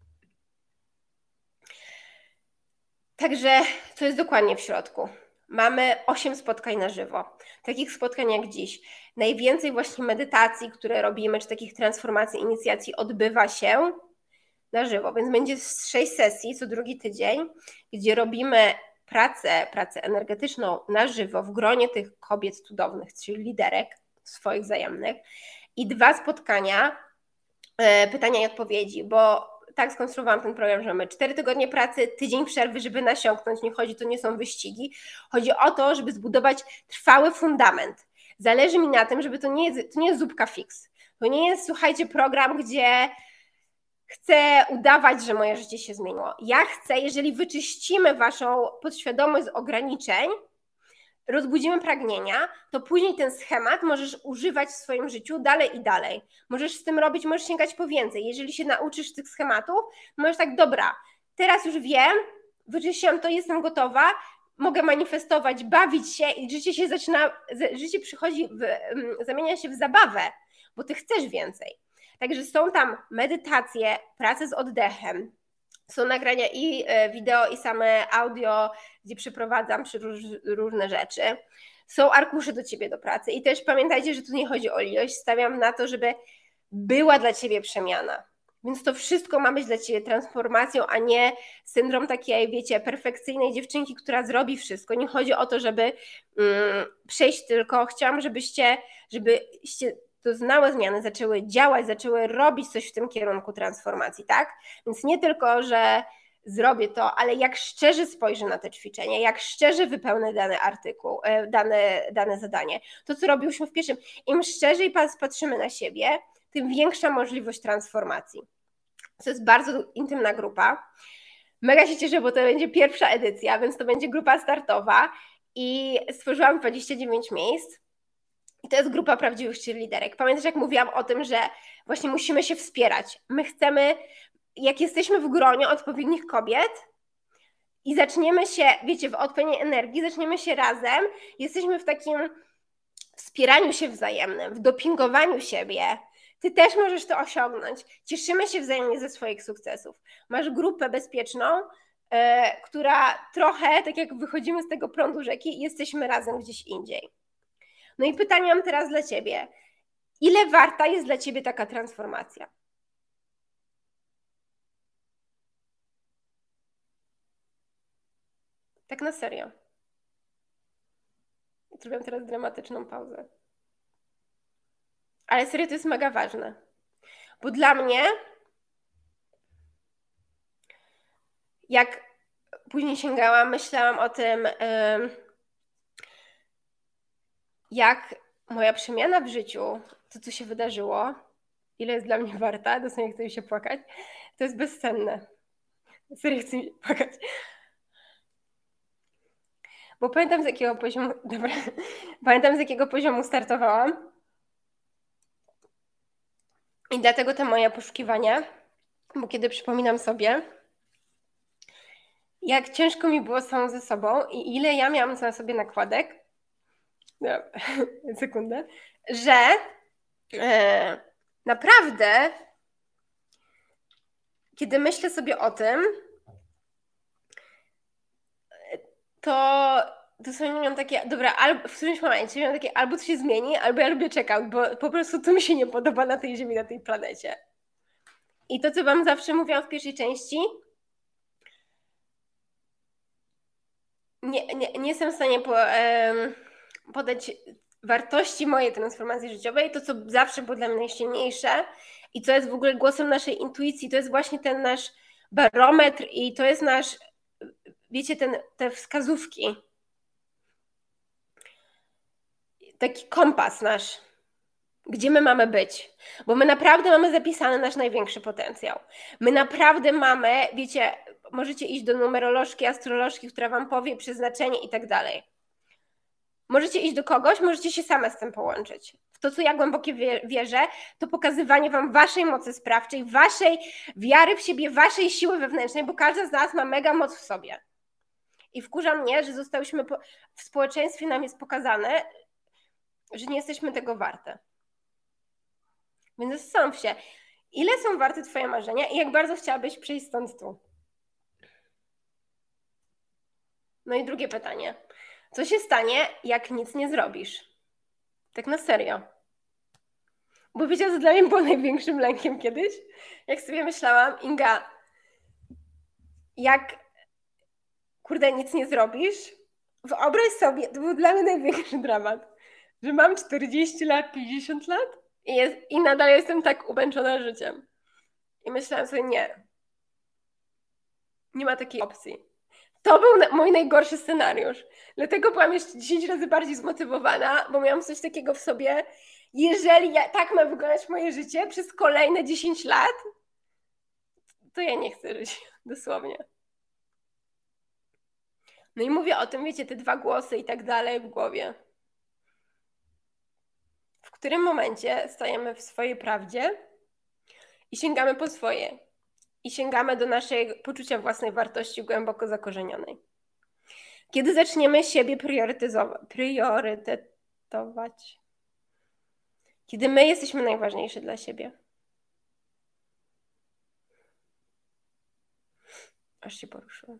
A: Także to jest dokładnie w środku. Mamy osiem spotkań na żywo. Takich spotkań jak dziś. Najwięcej właśnie medytacji, które robimy, czy takich transformacji, inicjacji odbywa się na żywo. Więc będzie sześć sesji co drugi tydzień, gdzie robimy pracę, pracę energetyczną na żywo w gronie tych kobiet cudownych, czyli liderek swoich wzajemnych. I dwa spotkania, pytania i odpowiedzi, bo tak skonstruowałam ten program, że mamy cztery tygodnie pracy, tydzień przerwy, żeby nasiąknąć. Nie chodzi, to nie są wyścigi. Chodzi o to, żeby zbudować trwały fundament. Zależy mi na tym, żeby to nie jest, to nie jest zupka fix. To nie jest, słuchajcie, program, gdzie chcę udawać, że moje życie się zmieniło. Ja chcę, jeżeli wyczyścimy waszą podświadomość z ograniczeń, rozbudzimy pragnienia, to później ten schemat możesz używać w swoim życiu dalej i dalej. Możesz z tym robić, możesz sięgać po więcej. Jeżeli się nauczysz tych schematów, możesz tak, dobra, teraz już wiem, wyczyściłam to, jestem gotowa, mogę manifestować, bawić się i życie się zaczyna, życie przychodzi, w, zamienia się w zabawę, bo ty chcesz więcej. Także są tam medytacje, prace z oddechem, są nagrania i wideo, i same audio, gdzie przeprowadzam przy róż, różne rzeczy. Są arkusze do ciebie do pracy. I też pamiętajcie, że tu nie chodzi o ilość. Stawiam na to, żeby była dla ciebie przemiana. Więc to wszystko ma być dla ciebie transformacją, a nie syndrom takiej, wiecie, perfekcyjnej dziewczynki, która zrobi wszystko. Nie chodzi o to, żeby mm, przejść tylko. Chciałam, żebyście, żebyście doznały zmiany, zaczęły działać, zaczęły robić coś w tym kierunku transformacji, tak? Więc nie tylko, że zrobię to, ale jak szczerze spojrzę na te ćwiczenia, jak szczerze wypełnię dany artykuł, dane, dane zadanie. To, co robiłyśmy w pierwszym, im szczerzej patrzymy na siebie, tym większa możliwość transformacji. To jest bardzo intymna grupa. Mega się cieszę, bo to będzie pierwsza edycja, więc to będzie grupa startowa i stworzyłam dwadzieścia dziewięć miejsc. I to jest grupa prawdziwych cheerleaderek. Pamiętasz, jak mówiłam o tym, że właśnie musimy się wspierać. My chcemy, jak jesteśmy w gronie odpowiednich kobiet i zaczniemy się, wiecie, w odpowiedniej energii, zaczniemy się razem, jesteśmy w takim wspieraniu się wzajemnym, w dopingowaniu siebie. Ty też możesz to osiągnąć. Cieszymy się wzajemnie ze swoich sukcesów. Masz grupę bezpieczną, yy, która trochę, tak jak wychodzimy z tego prądu rzeki, jesteśmy razem gdzieś indziej. No i pytanie mam teraz dla ciebie. Ile warta jest dla ciebie taka transformacja? Tak na serio. Zrobiłam teraz dramatyczną pauzę. Ale serio, to jest mega ważne. Bo dla mnie, jak później sięgałam, myślałam o tym, jak moja przemiana w życiu, to co się wydarzyło, ile jest dla mnie warta, dosłownie chcę się płakać, to jest bezcenne. Serio chcę mi płakać. Bo pamiętam z jakiego poziomu, dobra, pamiętam z jakiego poziomu startowałam i dlatego te moje poszukiwania bo kiedy przypominam sobie, jak ciężko mi było samą ze sobą i ile ja miałam na sobie nakładek, no, sekundę, że e, naprawdę, kiedy myślę sobie o tym, to dosłownie miałam takie, dobra, albo, w którymś momencie miałam takie, albo to się zmieni, albo ja lubię czekać, bo po prostu to mi się nie podoba na tej ziemi, na tej planecie. I to, co wam zawsze mówiłam w pierwszej części, nie, nie, nie jestem w stanie po, em, podać wartości mojej transformacji życiowej, to, co zawsze było dla mnie najsilniejsze i co jest w ogóle głosem naszej intuicji, to jest właśnie ten nasz barometr i to jest nasz, wiecie, ten, te wskazówki. Taki kompas nasz, gdzie my mamy być. Bo my naprawdę mamy zapisany nasz największy potencjał. My naprawdę mamy, wiecie, możecie iść do numerolożki, astrolożki, która wam powie przeznaczenie i tak dalej. Możecie iść do kogoś, możecie się same z tym połączyć. W to, co ja głębokie wierzę, to pokazywanie wam waszej mocy sprawczej, waszej wiary w siebie, waszej siły wewnętrznej, bo każda z nas ma mega moc w sobie. I wkurza mnie, że zostałyśmy po... w społeczeństwie nam jest pokazane, że nie jesteśmy tego warte. Więc zastanów się, ile są warte twoje marzenia i jak bardzo chciałabyś przyjść stąd tu. No i drugie pytanie. Co się stanie, jak nic nie zrobisz? Tak na serio. Bo wiecie, co dla mnie było największym lękiem kiedyś? Jak sobie myślałam, Inga, jak kurde nic nie zrobisz, wyobraź sobie, to był dla mnie największy dramat, że mam czterdzieści lat, pięćdziesiąt lat i, jest, i nadal jestem tak umęczona życiem. I myślałam sobie, nie. Nie ma takiej opcji. To był na, mój najgorszy scenariusz. Dlatego byłam jeszcze dziesięć razy bardziej zmotywowana, bo miałam coś takiego w sobie, jeżeli ja, tak ma wyglądać moje życie przez kolejne dziesięć lat, to ja nie chcę żyć, dosłownie. No i mówię o tym, wiecie, te dwa głosy i tak dalej w głowie. W którym momencie stajemy w swojej prawdzie i sięgamy po swoje. I sięgamy do naszej poczucia własnej wartości głęboko zakorzenionej. Kiedy zaczniemy siebie priorytetyzować, priorytetować. Kiedy my jesteśmy najważniejsi dla siebie. Aż się poruszyłam.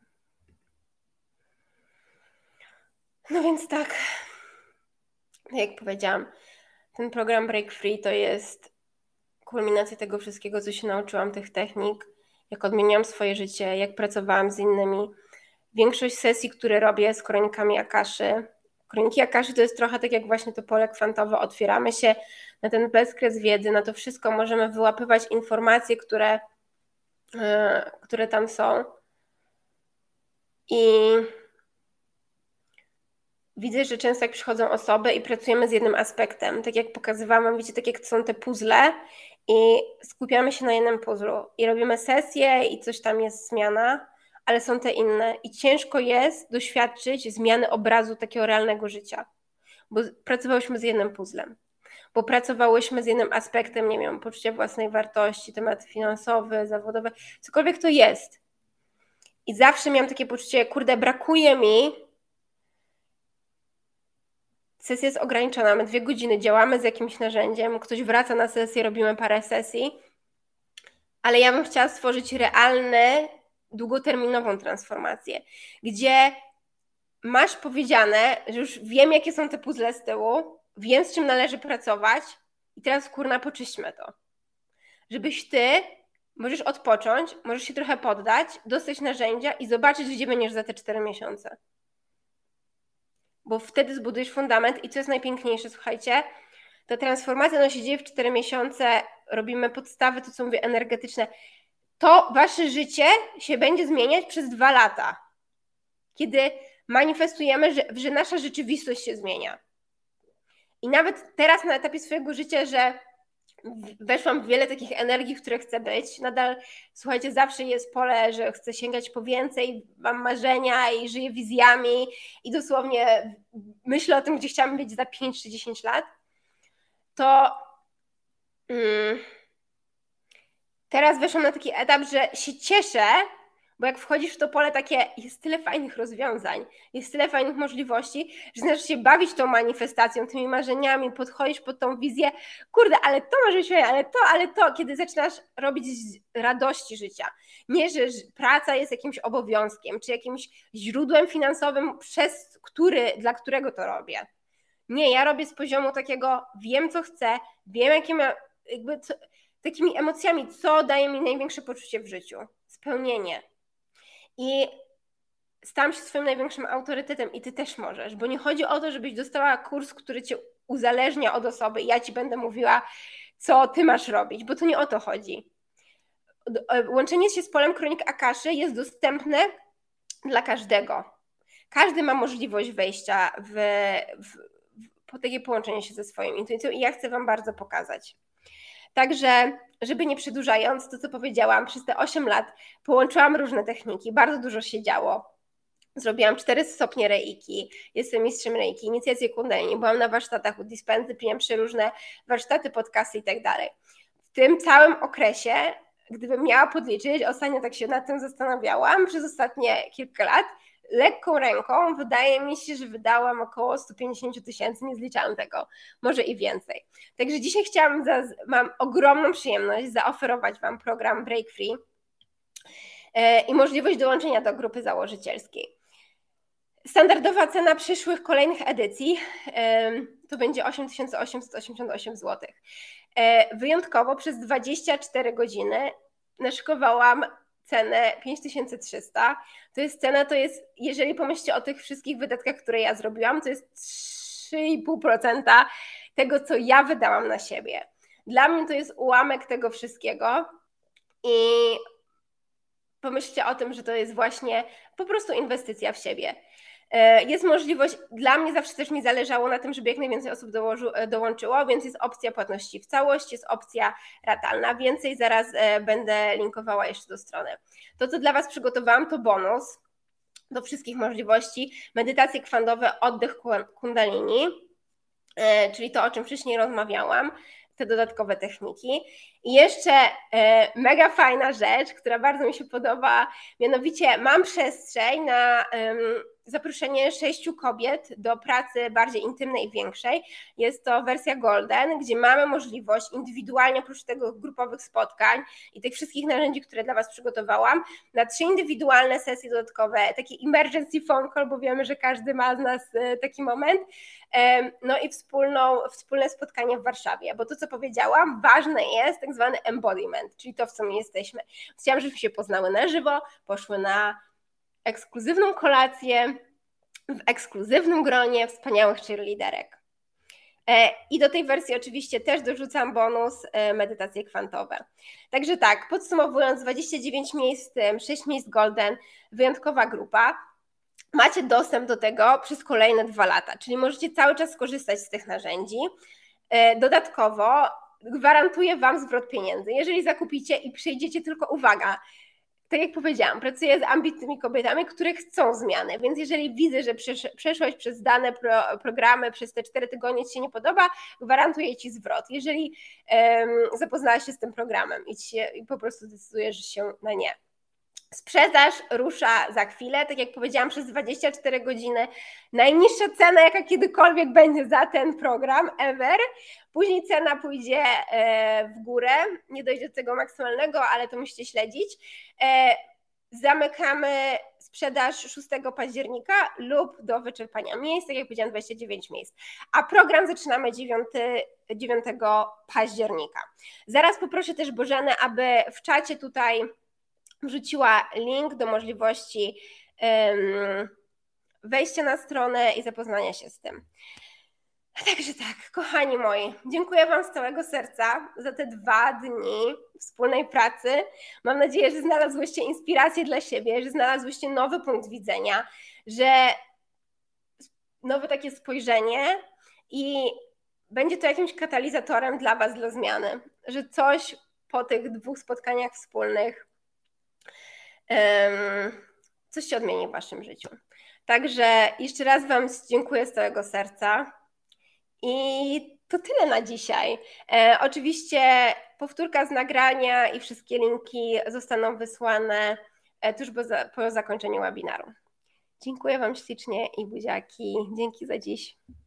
A: No więc tak, jak powiedziałam, ten program Break Free to jest kulminacja tego wszystkiego, co się nauczyłam, tych technik, jak odmieniłam swoje życie, jak pracowałam z innymi. Większość sesji, które robię z kronikami Akaszy. Kroniki Akaszy to jest trochę tak jak właśnie to pole kwantowe. Otwieramy się na ten bezkres wiedzy, na to wszystko. Możemy wyłapywać informacje, które, yy, które tam są. I widzę, że często jak przychodzą osoby i pracujemy z jednym aspektem, tak jak pokazywałam, wiecie, tak jak są te puzzle i skupiamy się na jednym puzzlu i robimy sesję i coś tam jest zmiana, ale są te inne i ciężko jest doświadczyć zmiany obrazu takiego realnego życia, bo pracowałyśmy z jednym puzzlem, bo pracowałyśmy z jednym aspektem, nie wiem, poczucia własnej wartości, temat finansowy, zawodowy, cokolwiek to jest. I zawsze miałam takie poczucie, kurde, brakuje mi. Sesja jest ograniczona, mamy dwie godziny, działamy z jakimś narzędziem, ktoś wraca na sesję, robimy parę sesji, ale ja bym chciała stworzyć realne, długoterminową transformację, gdzie masz powiedziane, że już wiem, jakie są te puzzle z tyłu, wiem, z czym należy pracować i teraz kurna poczyśćmy to. Żebyś ty możesz odpocząć, możesz się trochę poddać, dostać narzędzia i zobaczyć, gdzie będziesz za te cztery miesiące. Bo wtedy zbudujesz fundament i co jest najpiękniejsze, słuchajcie, ta transformacja ona się dzieje w cztery miesiące, robimy podstawy, to co mówię, energetyczne. To wasze życie się będzie zmieniać przez dwa lata, kiedy manifestujemy, że, że nasza rzeczywistość się zmienia. I nawet teraz na etapie swojego życia, że weszłam w wiele takich energii, w których chcę być. Nadal, słuchajcie, zawsze jest pole, że chcę sięgać po więcej, mam marzenia i żyję wizjami i dosłownie myślę o tym, gdzie chciałam być za pięć czy dziesięć lat. To, mm, teraz weszłam na taki etap, że się cieszę, bo jak wchodzisz w to pole takie, jest tyle fajnych rozwiązań, jest tyle fajnych możliwości, że zaczynasz się bawić tą manifestacją, tymi marzeniami, podchodzisz pod tą wizję, kurde, ale to może być fajne, ale to, ale to, kiedy zaczynasz robić z radości życia. Nie, że praca jest jakimś obowiązkiem, czy jakimś źródłem finansowym, przez który, dla którego to robię. Nie, ja robię z poziomu takiego, wiem co chcę, wiem jakie ma, jakby co, takimi emocjami, co daje mi największe poczucie w życiu. Spełnienie. I stałam się swoim największym autorytetem i ty też możesz, bo nie chodzi o to, żebyś dostała kurs, który cię uzależnia od osoby i ja ci będę mówiła, co ty masz robić, bo to nie o to chodzi. Łączenie się z polem Kronik Akaszy jest dostępne dla każdego. Każdy ma możliwość wejścia w, w, w takie połączenie się ze swoją intuicją i ja chcę wam bardzo pokazać. Także, żeby nie przedłużając, to co powiedziałam, przez te osiem lat połączyłam różne techniki, bardzo dużo się działo. Zrobiłam cztery stopnie reiki, jestem mistrzem reiki, inicjację kundalini, byłam na warsztatach u Dispensy, piłem przeróżne warsztaty, podcasty i tak dalej. W tym całym okresie, gdybym miała podliczyć, ostatnio tak się nad tym zastanawiałam, przez ostatnie kilka lat, lekką ręką wydaje mi się, że wydałam około sto pięćdziesiąt tysięcy, nie zliczałam tego, może i więcej. Także dzisiaj chciałam, za, mam ogromną przyjemność zaoferować wam program Break Free yy, i możliwość dołączenia do grupy założycielskiej. Standardowa cena przyszłych kolejnych edycji yy, to będzie osiem tysięcy osiemset osiemdziesiąt osiem złotych. Yy, wyjątkowo przez dwadzieścia cztery godziny naszykowałam cenę pięć tysięcy trzysta. To jest cena, to jest, jeżeli pomyślcie o tych wszystkich wydatkach, które ja zrobiłam, to jest trzy i pół procent tego, co ja wydałam na siebie. Dla mnie to jest ułamek tego wszystkiego i pomyślcie o tym, że to jest właśnie po prostu inwestycja w siebie. Jest możliwość, dla mnie zawsze też mi zależało na tym, żeby jak najwięcej osób dołoży, dołączyło, więc jest opcja płatności w całość, jest opcja ratalna. Więcej zaraz będę linkowała jeszcze do strony. To, co dla Was przygotowałam, to bonus do wszystkich możliwości. Medytacje kwantowe, oddech kundalini, czyli to, o czym wcześniej rozmawiałam, te dodatkowe techniki. I jeszcze e, mega fajna rzecz, która bardzo mi się podoba, mianowicie mam przestrzeń na um, zaproszenie sześciu kobiet do pracy bardziej intymnej i większej. Jest to wersja Golden, gdzie mamy możliwość indywidualnie, oprócz tego grupowych spotkań i tych wszystkich narzędzi, które dla Was przygotowałam, na trzy indywidualne sesje dodatkowe, taki emergency phone call, bo wiemy, że każdy ma z nas taki moment, no i wspólną, wspólne spotkanie w Warszawie, bo to, co powiedziałam, ważne jest tak zwany embodiment, czyli to, w co my jesteśmy. Chciałam, żebyśmy się poznały na żywo, poszły na ekskluzywną kolację, w ekskluzywnym gronie wspaniałych cheerleaderek. I do tej wersji oczywiście też dorzucam bonus medytacje kwantowe. Także tak, podsumowując, dwadzieścia dziewięć miejsc, sześć miejsc Golden, wyjątkowa grupa. Macie dostęp do tego przez kolejne dwa lata, czyli możecie cały czas skorzystać z tych narzędzi. Dodatkowo gwarantuję Wam zwrot pieniędzy. Jeżeli zakupicie i przyjdziecie, tylko uwaga, tak jak powiedziałam, pracuję z ambitnymi kobietami, które chcą zmiany, więc jeżeli widzę, że przeszłaś przez dane pro, programy, przez te cztery tygodnie Ci się nie podoba, gwarantuję Ci zwrot. Jeżeli um, zapoznałaś się z tym programem i, ci się, i po prostu decydujesz się na nie. Sprzedaż rusza za chwilę, tak jak powiedziałam, przez dwadzieścia cztery godziny. Najniższa cena, jaka kiedykolwiek będzie za ten program, ever. Później cena pójdzie w górę, nie dojdzie do tego maksymalnego, ale to musicie śledzić. Zamykamy sprzedaż szóstego października lub do wyczerpania miejsc, tak jak powiedziałam, dwadzieścia dziewięć miejsc. A program zaczynamy dziewiątego października. Zaraz poproszę też Bożenę, aby w czacie tutaj wrzuciła link do możliwości um, wejścia na stronę i zapoznania się z tym. Także tak, kochani moi, dziękuję Wam z całego serca za te dwa dni wspólnej pracy. Mam nadzieję, że znalazłyście inspirację dla siebie, że znalazłyście nowy punkt widzenia, że nowe takie spojrzenie i będzie to jakimś katalizatorem dla Was, dla zmiany, że coś po tych dwóch spotkaniach wspólnych coś się odmieni w Waszym życiu. Także jeszcze raz Wam dziękuję z całego serca i to tyle na dzisiaj. E, oczywiście powtórka z nagrania i wszystkie linki zostaną wysłane e, tuż po, za, po zakończeniu webinaru. Dziękuję Wam ślicznie i buziaki. Dzięki za dziś.